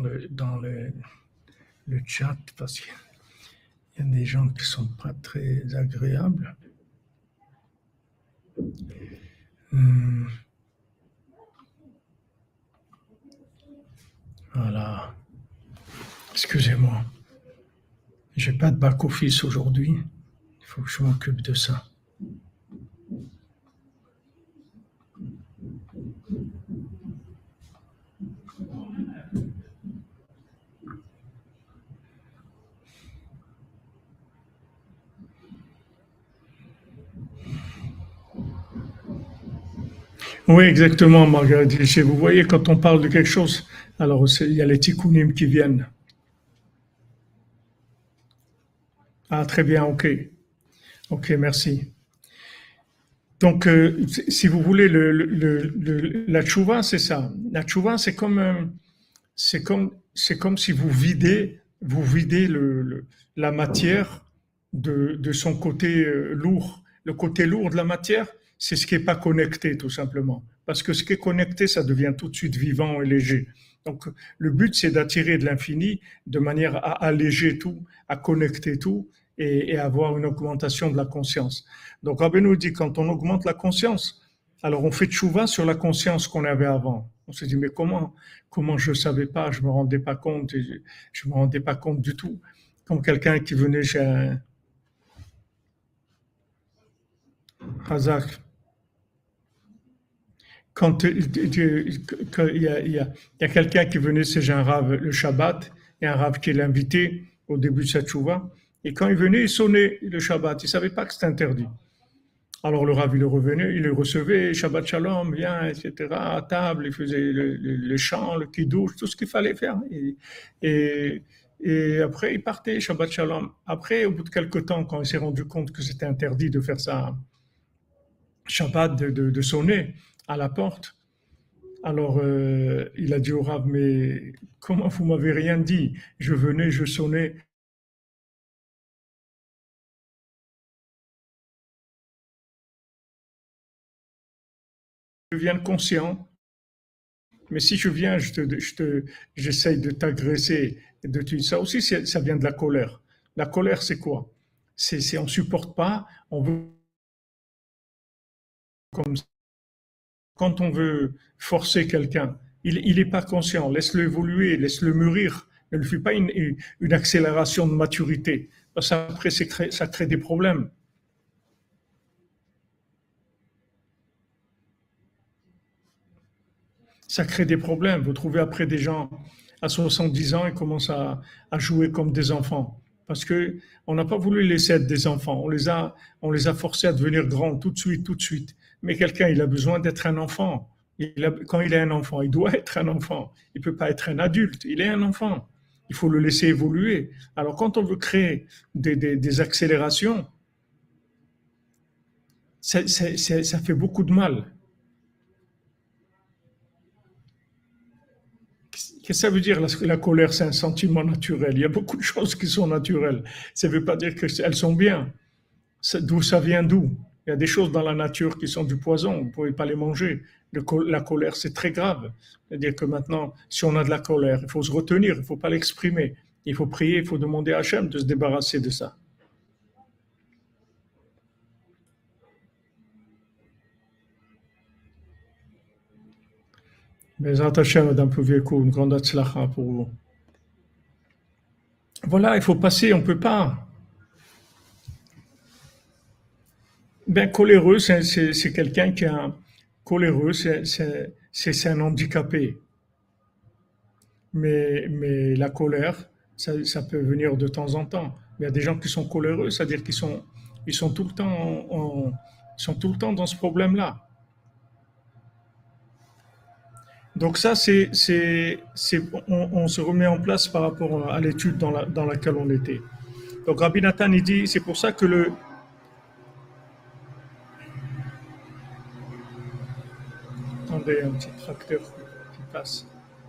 le chat parce qu'il y a des gens qui sont pas très agréables. Voilà. Excusez-moi. J'ai pas de back-office aujourd'hui. Il faut que je m'occupe de ça. Oui, exactement, Margaret. Vous voyez, quand on parle de quelque chose, alors il y a les tikkunim qui viennent. Ah, très bien, ok. Ok, merci. Donc, si vous voulez, la tchouva, c'est ça. La tchouva, c'est comme si vous videz la matière de son côté lourd. Le côté lourd de la matière, c'est ce qui n'est pas connecté, tout simplement. Parce que ce qui est connecté, ça devient tout de suite vivant et léger. Donc, le but, c'est d'attirer de l'infini de manière à alléger tout, à connecter tout et avoir une augmentation de la conscience. Donc, Rabbi nous dit, quand on augmente la conscience, alors on fait tchouva sur la conscience qu'on avait avant. On se dit, mais comment je ne savais pas, je ne me rendais pas compte, je me rendais pas compte du tout. Comme quelqu'un qui venait chez un Kazakh, quand il y a quelqu'un qui venait chez un rave le Shabbat, il y a un rave qui l'invitait au début de sa tchouva, et quand il venait, il sonnait le Shabbat. Il ne savait pas que c'était interdit. Alors le rave, il est revenu, il le recevait, Shabbat Shalom, viens, etc., à table, il faisait le chant, le kiddush, tout ce qu'il fallait faire. Et, et après, il partait, Shabbat Shalom. Après, au bout de quelques temps, quand il s'est rendu compte que c'était interdit de faire ça, Shabbat, de sonner à la porte, alors il a dit au rave, mais comment vous m'avez rien dit? Je venais, je sonnais. Je deviens conscient. Mais si je viens, j'essaye de t'agresser, ça aussi, ça vient de la colère. La colère, c'est quoi? On supporte pas, on veut comme quand on veut forcer quelqu'un, il n'est pas conscient, laisse-le évoluer, laisse-le mûrir, ne lui fais pas une accélération de maturité, parce qu'après ça crée des problèmes. Ça crée des problèmes. Vous trouvez après des gens à 70 ans, ils commencent à jouer comme des enfants. Parce que on n'a pas voulu les laisser être des enfants. On les a forcés à devenir grands tout de suite, tout de suite. Mais quelqu'un, il a besoin d'être un enfant. Quand il est un enfant, il doit être un enfant. Il ne peut pas être un adulte. Il est un enfant. Il faut le laisser évoluer. Alors, quand on veut créer des accélérations, ça fait beaucoup de mal. Qu'est-ce que ça veut dire la colère, c'est un sentiment naturel. Il y a beaucoup de choses qui sont naturelles. Ça ne veut pas dire qu'elles sont bien. D'où ça vient d'où? Il y a des choses dans la nature qui sont du poison, vous ne pouvez pas les manger. La colère, c'est très grave. C'est-à-dire que maintenant, si on a de la colère, il faut se retenir, il ne faut pas l'exprimer. Il faut prier, il faut demander à Hachem de se débarrasser de ça. Mais Hachem, Madame Pouvieko, une grande atzlacha pour vous. Voilà, il faut passer, on ne peut pas. Ben, coléreux, c'est quelqu'un qui a un coléreux, c'est un handicapé. Mais la colère, ça peut venir de temps en temps. Mais il y a des gens qui sont coléreux, c'est-à-dire ils sont tout le temps ils sont tout le temps dans ce problème-là. Donc ça, on se remet en place par rapport à l'étude dans laquelle on était. Donc Rabbi Nathan, il dit, c'est pour ça que Attendez, un petit tracteur qui passe.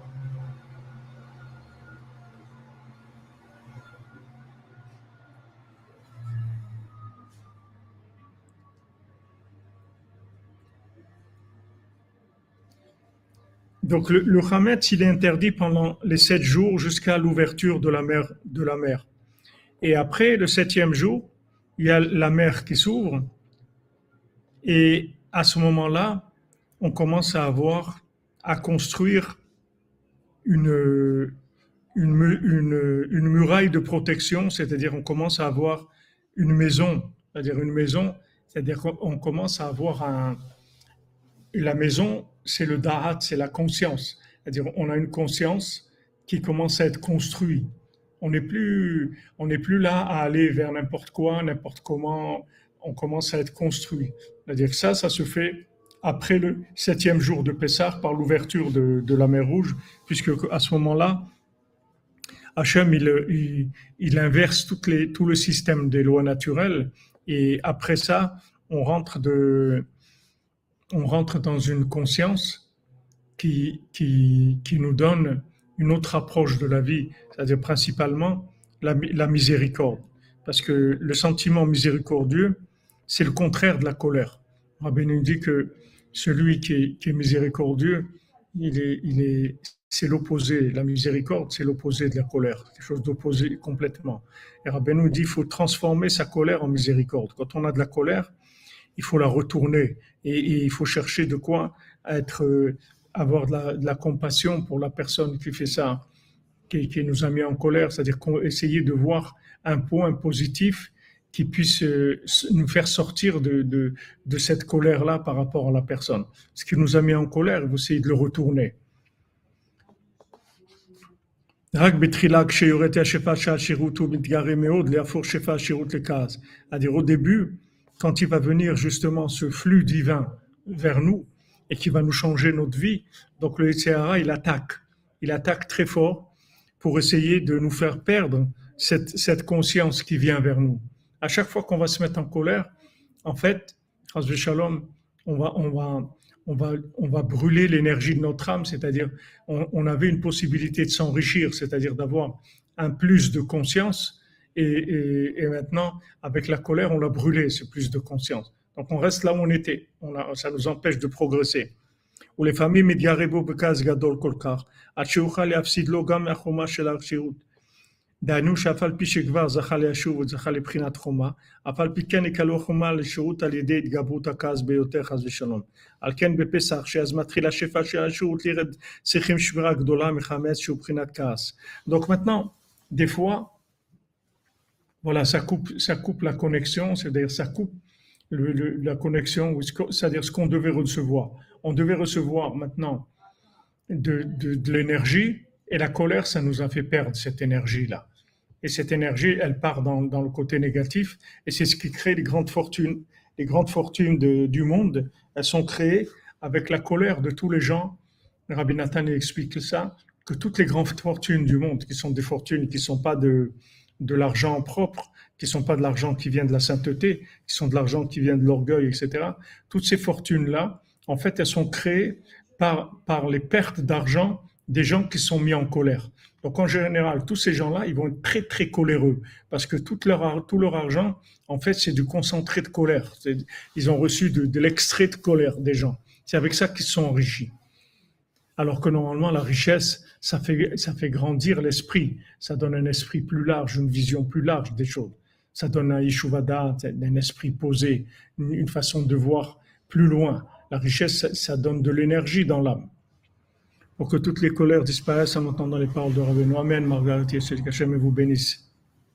Donc le Hametz, il est interdit pendant les 7 jours jusqu'à l'ouverture de la mer. Et après le septième jour, il y a la mer qui s'ouvre. Et à ce moment-là, on commence à construire une, une muraille de protection, c'est-à-dire on commence à avoir une maison, c'est-à-dire qu'on commence à avoir la maison, c'est le da'at, c'est la conscience. C'est-à-dire on a une conscience qui commence à être construite. On n'est plus là à aller vers n'importe quoi, n'importe comment. On commence à être construit. C'est-à-dire que ça se fait après le septième jour de Pessah par l'ouverture de la mer Rouge, puisque à ce moment-là, Hachem, il inverse tout le système des lois naturelles. Et après ça, on rentre, on rentre dans une conscience qui nous donne une autre approche de la vie, c'est-à-dire principalement la miséricorde. Parce que le sentiment miséricordieux, c'est le contraire de la colère. Rabbi nous dit que celui qui est miséricordieux, c'est l'opposé. La miséricorde, c'est l'opposé de la colère, quelque chose d'opposé complètement. Et Rabbi nous dit qu'il faut transformer sa colère en miséricorde. Quand on a de la colère, il faut la retourner et il faut chercher de quoi avoir de la compassion pour la personne qui fait ça, qui nous a mis en colère, c'est-à-dire essayer de voir un point positif qui puisse nous faire sortir de cette colère-là par rapport à la personne. Ce qui nous a mis en colère, vous essayez de le retourner. C'est-à-dire au début, quand il va venir justement ce flux divin vers nous et qui va nous changer notre vie, donc le Yetzer Hara, il attaque très fort pour essayer de nous faire perdre cette conscience qui vient vers nous. À chaque fois qu'on va se mettre en colère, en fait, Chas v'Shalom, on va brûler l'énergie de notre âme, c'est-à-dire on avait une possibilité de s'enrichir, c'est-à-dire d'avoir un plus de conscience, et maintenant, avec la colère, on l'a brûlé, ce plus de conscience. Donc on reste là où on était, ça nous empêche de progresser. ולפעמים מתגרה בו בכעס גדול כל כך, עד שאוכל להפסיד לו גם מהחומה של הרשעות. דהיינו שאף על פי שכבר זכה לישוב וזכה לבחינת חומה, אף על פי כן יקלו החומה לשירות על ידי התגברות הכעס ביותר חס ושלום. על כן בפסח, שאז מתחיל השפע של השירות לירד, צריכים שמירה גדולה מחמץ שהוא בחינת כעס. Donc maintenant, des fois, voilà, ça coupe la connexion, c'est-à-dire ça coupe la connexion, c'est-à-dire ce qu'on devait recevoir. On devait recevoir maintenant de l'énergie, et la colère, ça nous a fait perdre cette énergie-là. Et cette énergie, elle part dans le côté négatif, et c'est ce qui crée les grandes fortunes. Les grandes fortunes du monde, elles sont créées avec la colère de tous les gens. Rabbi Nathan explique ça, que toutes les grandes fortunes du monde, qui sont des fortunes qui ne sont pas de l'argent propre, qui ne sont pas de l'argent qui vient de la sainteté, qui sont de l'argent qui vient de l'orgueil, etc. Toutes ces fortunes-là, en fait, elles sont créées par les pertes d'argent des gens qui sont mis en colère. Donc, en général, tous ces gens-là, ils vont être très, très coléreux parce que tout leur argent, en fait, c'est du concentré de colère. Ils ont reçu de l'extrait de colère des gens. C'est avec ça qu'ils sont enrichis. Alors que normalement, la richesse, ça fait grandir l'esprit. Ça donne un esprit plus large, une vision plus large des choses. Ça donne un Yeshuvada, un esprit posé, une façon de voir plus loin. La richesse, ça donne de l'énergie dans l'âme. Pour que toutes les colères disparaissent en entendant les paroles de Rabbeinu. Amen, Margaret, Yeshua, qu'Hachem vous bénisse.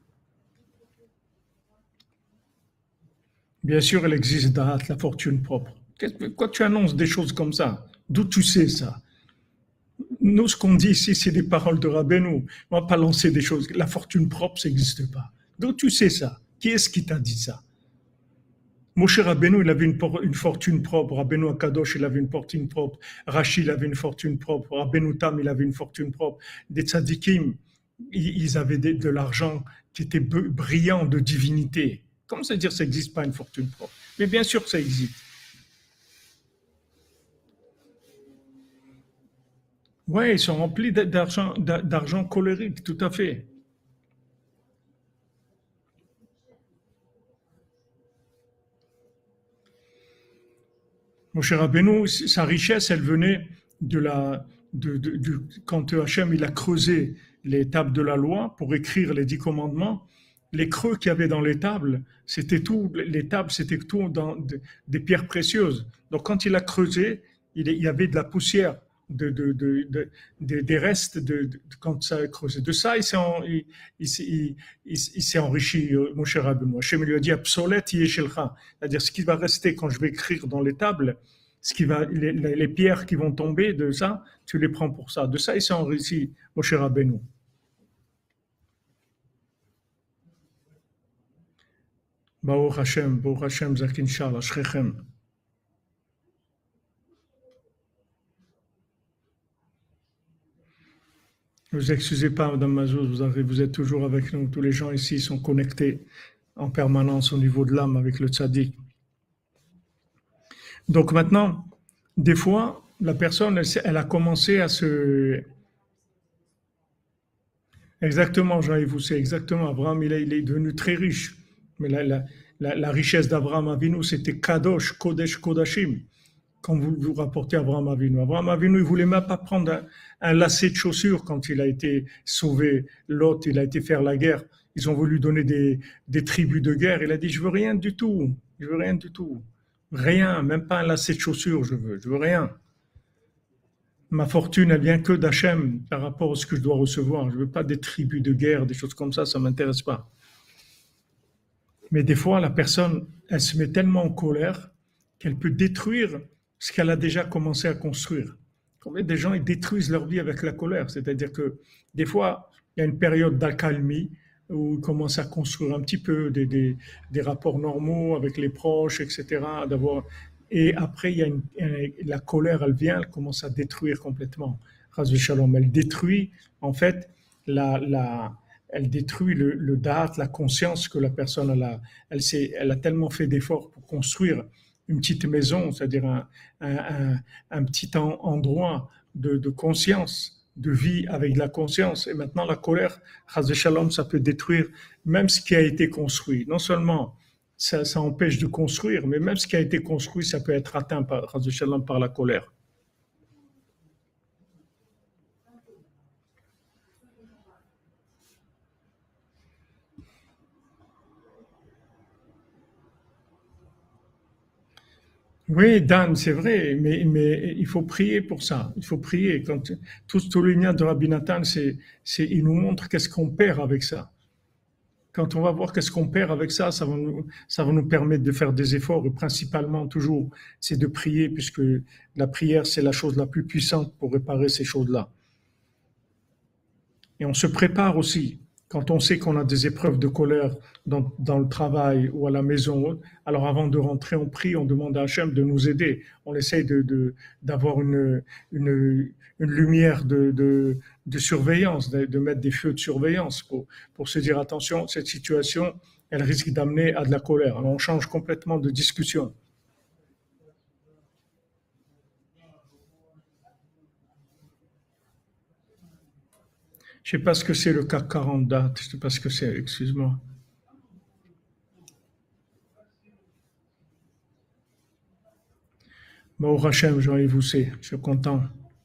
Bien sûr, elle existe, Da'at, la fortune propre. Pourquoi tu annonces des choses comme ça? D'où tu sais ça? Nous, ce qu'on dit ici, c'est des paroles de Rabbeinu. On ne va pas lancer des choses. La fortune propre, ça n'existe pas. D'où tu sais ça? Qui est-ce qui t'a dit ça? Moshe Rabbeinu, il avait une fortune propre. Rabbeinu Akadosh, il avait une fortune propre. Rashi, il avait une fortune propre. Rabbeinu Tam, il avait une fortune propre. Des tzadikim, ils avaient de l'argent qui était brillant de divinité. Comment ça veut dire que ça n'existe pas une fortune propre? Mais bien sûr que ça existe. Oui, ils sont remplis d'argent colérique, tout à fait. Moshe Rabbeinu, sa richesse, elle venait quand Hachem il a creusé les tables de la loi pour écrire les 10 commandements, les creux qu'il y avait dans les tables, les tables, c'était tout des pierres précieuses. Donc quand il a creusé, il y avait de la poussière, des restes quand ça a creusé. De ça, il s'est enrichi, Moshe Rabbeinu. Hachem lui a dit, Absolet yeshelcha, c'est-à-dire ce qui va rester quand je vais écrire dans les tables, les pierres qui vont tomber de ça, tu les prends pour ça. De ça, il s'est enrichi, Moshe Rabbeinu. Baruch Hashem, Zakin Shal, Ashrechem. Ne vous excusez pas, Madame Mazouz, vous êtes toujours avec nous. Tous les gens ici sont connectés en permanence au niveau de l'âme avec le tzaddik. Donc maintenant, des fois, la personne, elle a commencé à se... Exactement, Jean-Yves, c'est exactement. Abraham, il est devenu très riche. Mais la richesse d'Abraham Avinu, c'était Kadosh, Kodesh, Kodashim. Quand vous rapportez Abraham Avinu. Abraham Avinu, il ne voulait même pas prendre un lacet de chaussures quand il a été sauvé. Lot, il a été faire la guerre. Ils ont voulu donner des tribus de guerre. Il a dit, je veux rien du tout. Je veux rien du tout. Rien, même pas un lacet de chaussures, je veux rien. Ma fortune, elle vient que d'Hachem par rapport à ce que je dois recevoir. Je veux pas des tribus de guerre, des choses comme ça ne m'intéresse pas. Mais des fois, la personne, elle se met tellement en colère qu'elle peut détruire ce qu'elle a déjà commencé à construire. Combien de gens ils détruisent leur vie avec la colère? C'est-à-dire que des fois, il y a une période d'accalmie où ils commencent à construire un petit peu des rapports normaux avec les proches, etc. Et après, la colère, elle vient, elle commence à détruire complètement. Ras Shalom, elle détruit, en fait, la, elle détruit le date, la conscience que la personne elle a tellement fait d'efforts pour construire une petite maison, c'est-à-dire un petit endroit de conscience, de vie avec de la conscience. Et maintenant, la colère, Chas Shalom, ça peut détruire même ce qui a été construit. Non seulement ça empêche de construire, mais même ce qui a été construit, ça peut être atteint par Chas Shalom par la colère. Oui, Dan, c'est vrai, mais il faut prier pour ça. Il faut prier. Tout le lien de Rabbi Nathan, il nous montre qu'est-ce qu'on perd avec ça. Quand on va voir qu'est-ce qu'on perd avec ça, ça va nous permettre de faire des efforts. Et principalement, toujours, c'est de prier, puisque la prière, c'est la chose la plus puissante pour réparer ces choses-là. Et on se prépare aussi. Quand on sait qu'on a des épreuves de colère dans le travail ou à la maison, alors avant de rentrer, on prie, on demande à Hachem de nous aider. On essaye d'avoir une lumière de surveillance, de mettre des feux de surveillance pour se dire attention, cette situation, elle risque d'amener à de la colère. Alors on change complètement de discussion. Je ne sais pas ce que c'est le CAC 40 date, je ne sais pas ce que c'est, excuse-moi. Bon, au Hachem, j'aurais vous c'est, je suis content.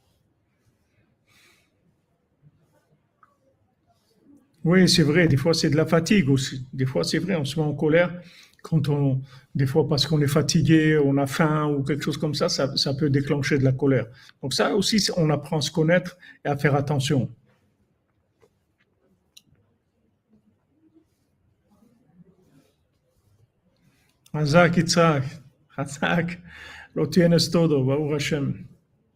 Oui, c'est vrai, des fois c'est de la fatigue aussi. Des fois c'est vrai, on se met en colère des fois parce qu'on est fatigué, on a faim ou quelque chose comme ça peut déclencher de la colère. Donc ça aussi, on apprend à se connaître et à faire attention. Hazak Yitzhak, Hazak, lo tienes todo, Baruch Hashem.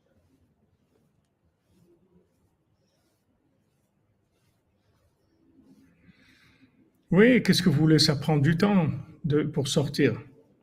Oui, qu'est-ce que vous voulez? Ça prend du temps pour sortir.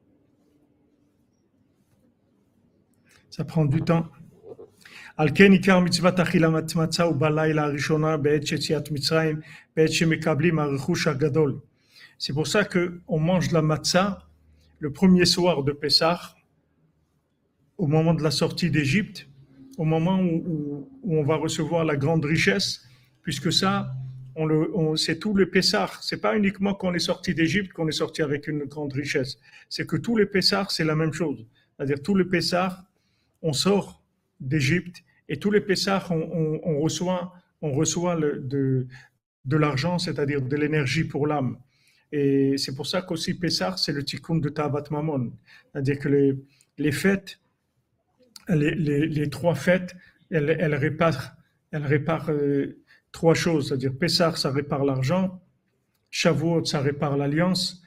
Ça prend du temps. על כן עיקר מצוות אכילת מצה הוא בלילה הראשונה בעת יציאת מצרים, בעת שמקבלים הרכוש הגדול. C'est pour ça qu'on mange la matzah le premier soir de Pessah, au moment de la sortie d'Égypte, au moment où on va recevoir la grande richesse, puisque ça, c'est tout le Pessah. C'est pas uniquement qu'on est sorti d'Égypte qu'on est sorti avec une grande richesse. C'est que tous les Pessah, c'est la même chose. C'est-à-dire tous les Pessah, on sort d'Égypte et tous les Pessah, on reçoit de l'argent, c'est-à-dire de l'énergie pour l'âme. Et c'est pour ça qu'aussi Pessah, c'est le tikkun de Tavat Mamon. C'est-à-dire que les fêtes, les trois fêtes, elles réparent trois choses. C'est-à-dire Pessah, ça répare l'argent, Shavuot, ça répare l'alliance,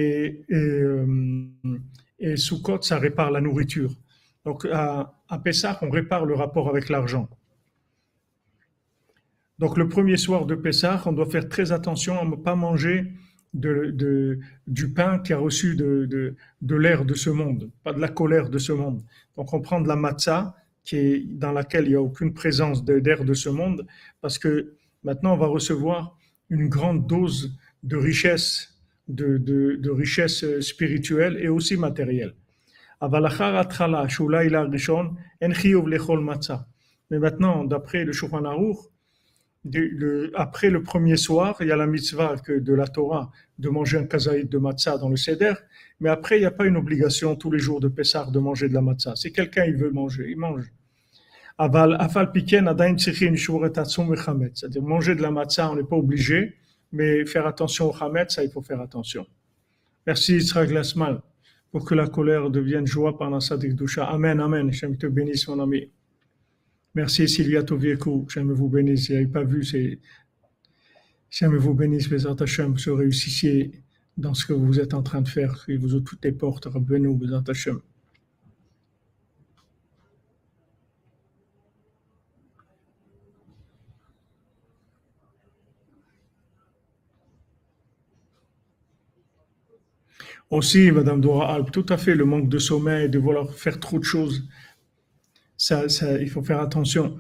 et Sukkot, ça répare la nourriture. Donc à Pessah, on répare le rapport avec l'argent. Donc le premier soir de Pessah, on doit faire très attention à ne pas manger du pain qui a reçu de l'air de ce monde, pas de la colère de ce monde. Donc on prend de la matzah dans laquelle il n'y a aucune présence d'air de ce monde, parce que maintenant on va recevoir une grande dose de richesse, de richesse spirituelle et aussi matérielle. Mais maintenant, d'après le Shulchan Aruch, après le premier soir, il y a la mitzvah de la Torah de manger un kazaïd de matzah dans le seder, mais après, il n'y a pas une obligation tous les jours de Pessah de manger de la matzah. Si quelqu'un il veut manger, il mange. C'est-à-dire manger de la matzah, on n'est pas obligé, mais faire attention au chametz, ça il faut faire attention. Merci Yitzhak Glassman pour que la colère devienne joie pendant sa Dusha. Amen, amen. J'aime te bénisse mon ami. Merci Sylvia Tovieku, j'aime vous bénisse. Si vous n'avez pas vu, j'aime vous bénisse, Bézat Hashem, vous réussissiez dans ce que vous êtes en train de faire. Il vous ouvre toutes les portes. Rabbeinu, Bezat Hashem. Aussi, Madame Dora Alp, tout à fait, le manque de sommeil, de vouloir faire trop de choses, il faut faire attention.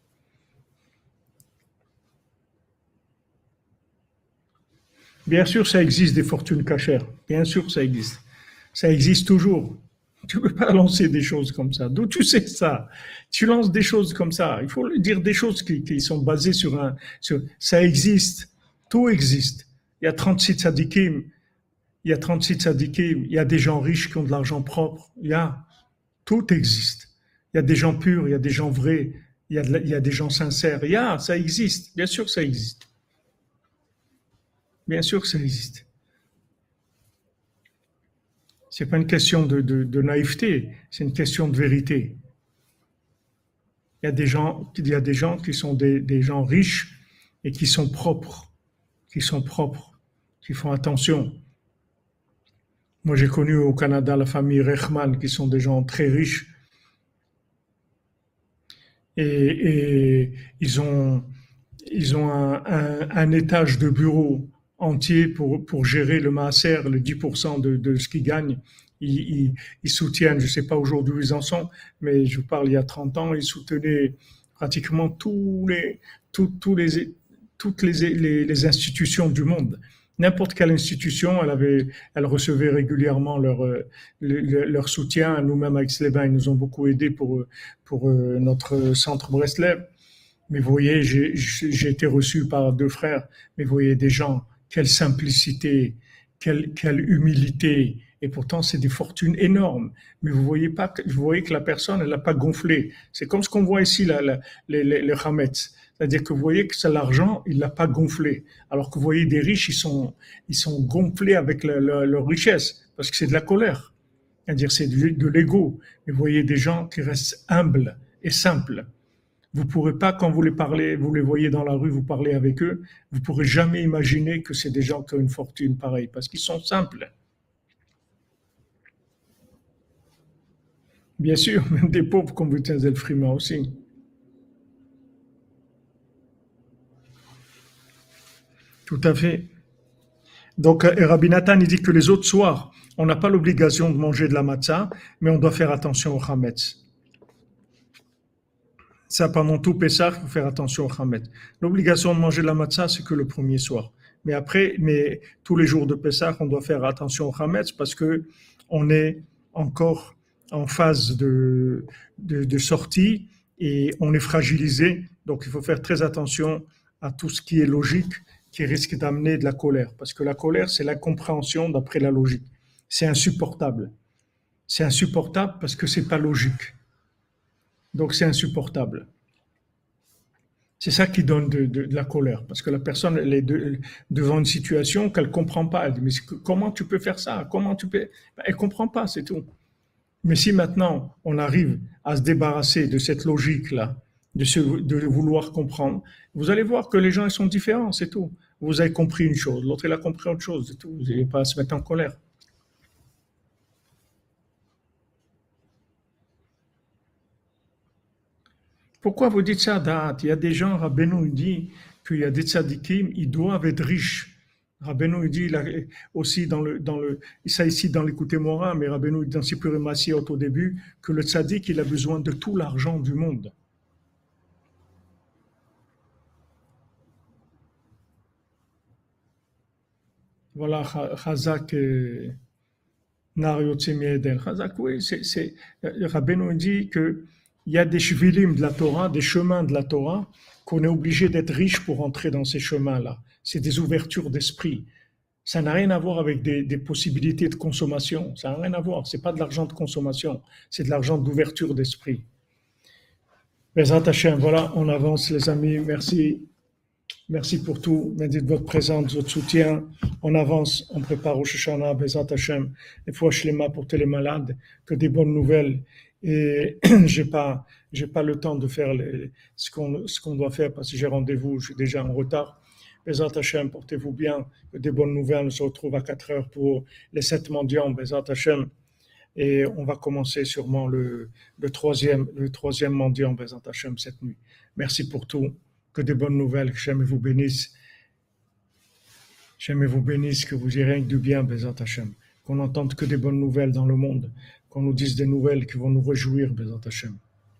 Bien sûr, ça existe des fortunes cachères. Bien sûr, ça existe. Ça existe toujours. Tu ne peux pas lancer des choses comme ça. D'où tu sais ça? Tu lances des choses comme ça. Il faut dire des choses qui sont basées sur ça existe. Tout existe. Il y a 36 tzadikim. Il y a 36 tzadikim. Il y a des gens riches qui ont de l'argent propre. Tout existe. Il y a des gens purs. Il y a des gens vrais. Il y a des gens sincères. Ça existe. Bien sûr que ça existe. Bien sûr que ça existe. C'est pas une question de naïveté, c'est une question de vérité. Il y a des gens qui sont des gens riches et qui sont propres, qui font attention. Moi, j'ai connu au Canada la famille Reichmann, qui sont des gens très riches et ils ont un étage de bureau entier pour gérer le maaser, le 10% de ce qu'ils gagnent. Ils soutiennent, je ne sais pas aujourd'hui où ils en sont, mais je vous parle il y a 30 ans, ils soutenaient pratiquement toutes les institutions du monde. N'importe quelle institution, elle recevait régulièrement leur soutien. Nous-mêmes, avec Sleva, ils nous ont beaucoup aidés pour notre centre Breslev. Mais vous voyez, j'ai été reçu par deux frères, mais vous voyez des gens, quelle simplicité, quelle humilité, et pourtant c'est des fortunes énormes. Mais vous voyez que la personne, elle n'a pas gonflé. C'est comme ce qu'on voit ici, les Hametz. C'est-à-dire que vous voyez que c'est l'argent, il l'a pas gonflé. Alors que vous voyez des riches, ils sont gonflés avec leur richesse, parce que c'est de la colère. C'est-à-dire c'est de l'ego. Mais vous voyez des gens qui restent humbles et simples. Vous pourrez pas, quand vous les parlez, vous les voyez dans la rue, vous parlez avec eux, vous pourrez jamais imaginer que c'est des gens qui ont une fortune pareille, parce qu'ils sont simples. Bien sûr, même des pauvres comme Wittenzel Freeman aussi. Tout à fait. Donc, Rabbi Nathan, il dit que les autres soirs, on n'a pas l'obligation de manger de la matzah, mais on doit faire attention au chametz. Ça, pendant tout Pessah, il faut faire attention au chametz. L'obligation de manger de la matzah, c'est que le premier soir. Mais tous les jours de Pessah, on doit faire attention au chametz parce que on est encore en phase de sortie et on est fragilisé. Donc, il faut faire très attention à tout ce qui est logique, qui risque d'amener de la colère. Parce que la colère, c'est l'incompréhension d'après la logique. C'est insupportable. C'est insupportable parce que c'est pas logique. Donc, c'est insupportable. C'est ça qui donne de la colère. Parce que la personne, elle est devant une situation qu'elle ne comprend pas. Elle dit, mais comment tu peux faire ça? Comment tu peux... Elle ne comprend pas, c'est tout. Mais si maintenant, on arrive à se débarrasser de cette logique-là, de vouloir comprendre, vous allez voir que les gens, ils sont différents, c'est tout. Vous avez compris une chose, l'autre, il a compris autre chose, c'est tout. Vous n'allez pas se mettre en colère. Pourquoi vous dites ça, Da'at? Il y a des gens, Rabbeinu dit qu'il y a des tzadikim, ils doivent être riches. Rabbeinu dit aussi ça ici dans l'écouté Mora, mais Rabbeinu dit dans Sipur Massiot au début, que le tzadik, il a besoin de tout l'argent du monde. Voilà, Chazak, Nar Yotzei Mi'eden. Chazak, oui, Rabbeinu dit que il y a des shvilim de la Torah, des chemins de la Torah, qu'on est obligé d'être riche pour entrer dans ces chemins-là. C'est des ouvertures d'esprit. Ça n'a rien à voir avec des possibilités de consommation. Ça n'a rien à voir. C'est pas de l'argent de consommation. C'est de l'argent d'ouverture d'esprit. Bezrat Hashem, voilà, on avance les amis. Merci. Merci pour tout. Merci de votre présence, de votre soutien. On avance, on prépare Rosh Hashanah, Bezrat Hashem. Des fois, Shlema pour tous les malades, que des bonnes nouvelles. Et j'ai pas le temps de faire ce qu'on doit faire parce que j'ai rendez-vous, je suis déjà en retard. Bezat Hashem, portez-vous bien, que des bonnes nouvelles. On se retrouve à 4 heures pour les 7 mendiants, Bezat Hashem. Et on va commencer sûrement le troisième mendiant, Bezat Hashem, cette nuit. Merci pour tout. Que des bonnes nouvelles. Que Hashem vous bénisse. Hashem vous bénisse, que vous irez du bien, Bezat Hashem. Qu'on n'entende que des bonnes nouvelles dans le monde. Qu'on nous dise des nouvelles qui vont nous réjouir, Bezat Hashem.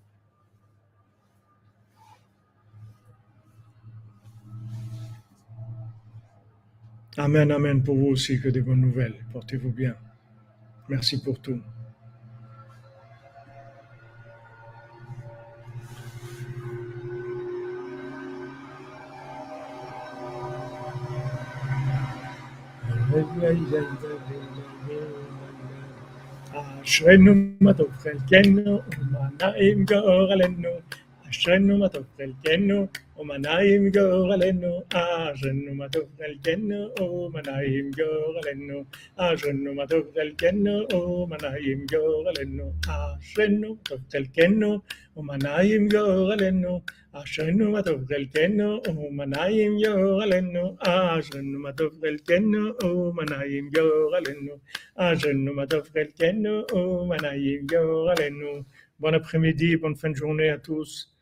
Amen, amen pour vous aussi, que des bonnes nouvelles. Portez-vous bien. Merci pour tout. אשרנו מה טוב חלקנו ומנעים גורלנו אשרנו מה טוב חלקנו ומנעים גורלנו אשרנו מה טוב חלקנו ומנעים גורלנו אשרנו מה טוב חלקנו ומנעים גורלנו אשרנו טוב חלקנו ומנעים גורלנו אשרנו מה טוב חלקנו ומנעים גורלנו אשרנו מה טוב חלקנו ומנעים גורלנו אשרנו מה טוב חלקנו ומנעים גורלנו. Bon après-midi, bonne fin de journée à tous.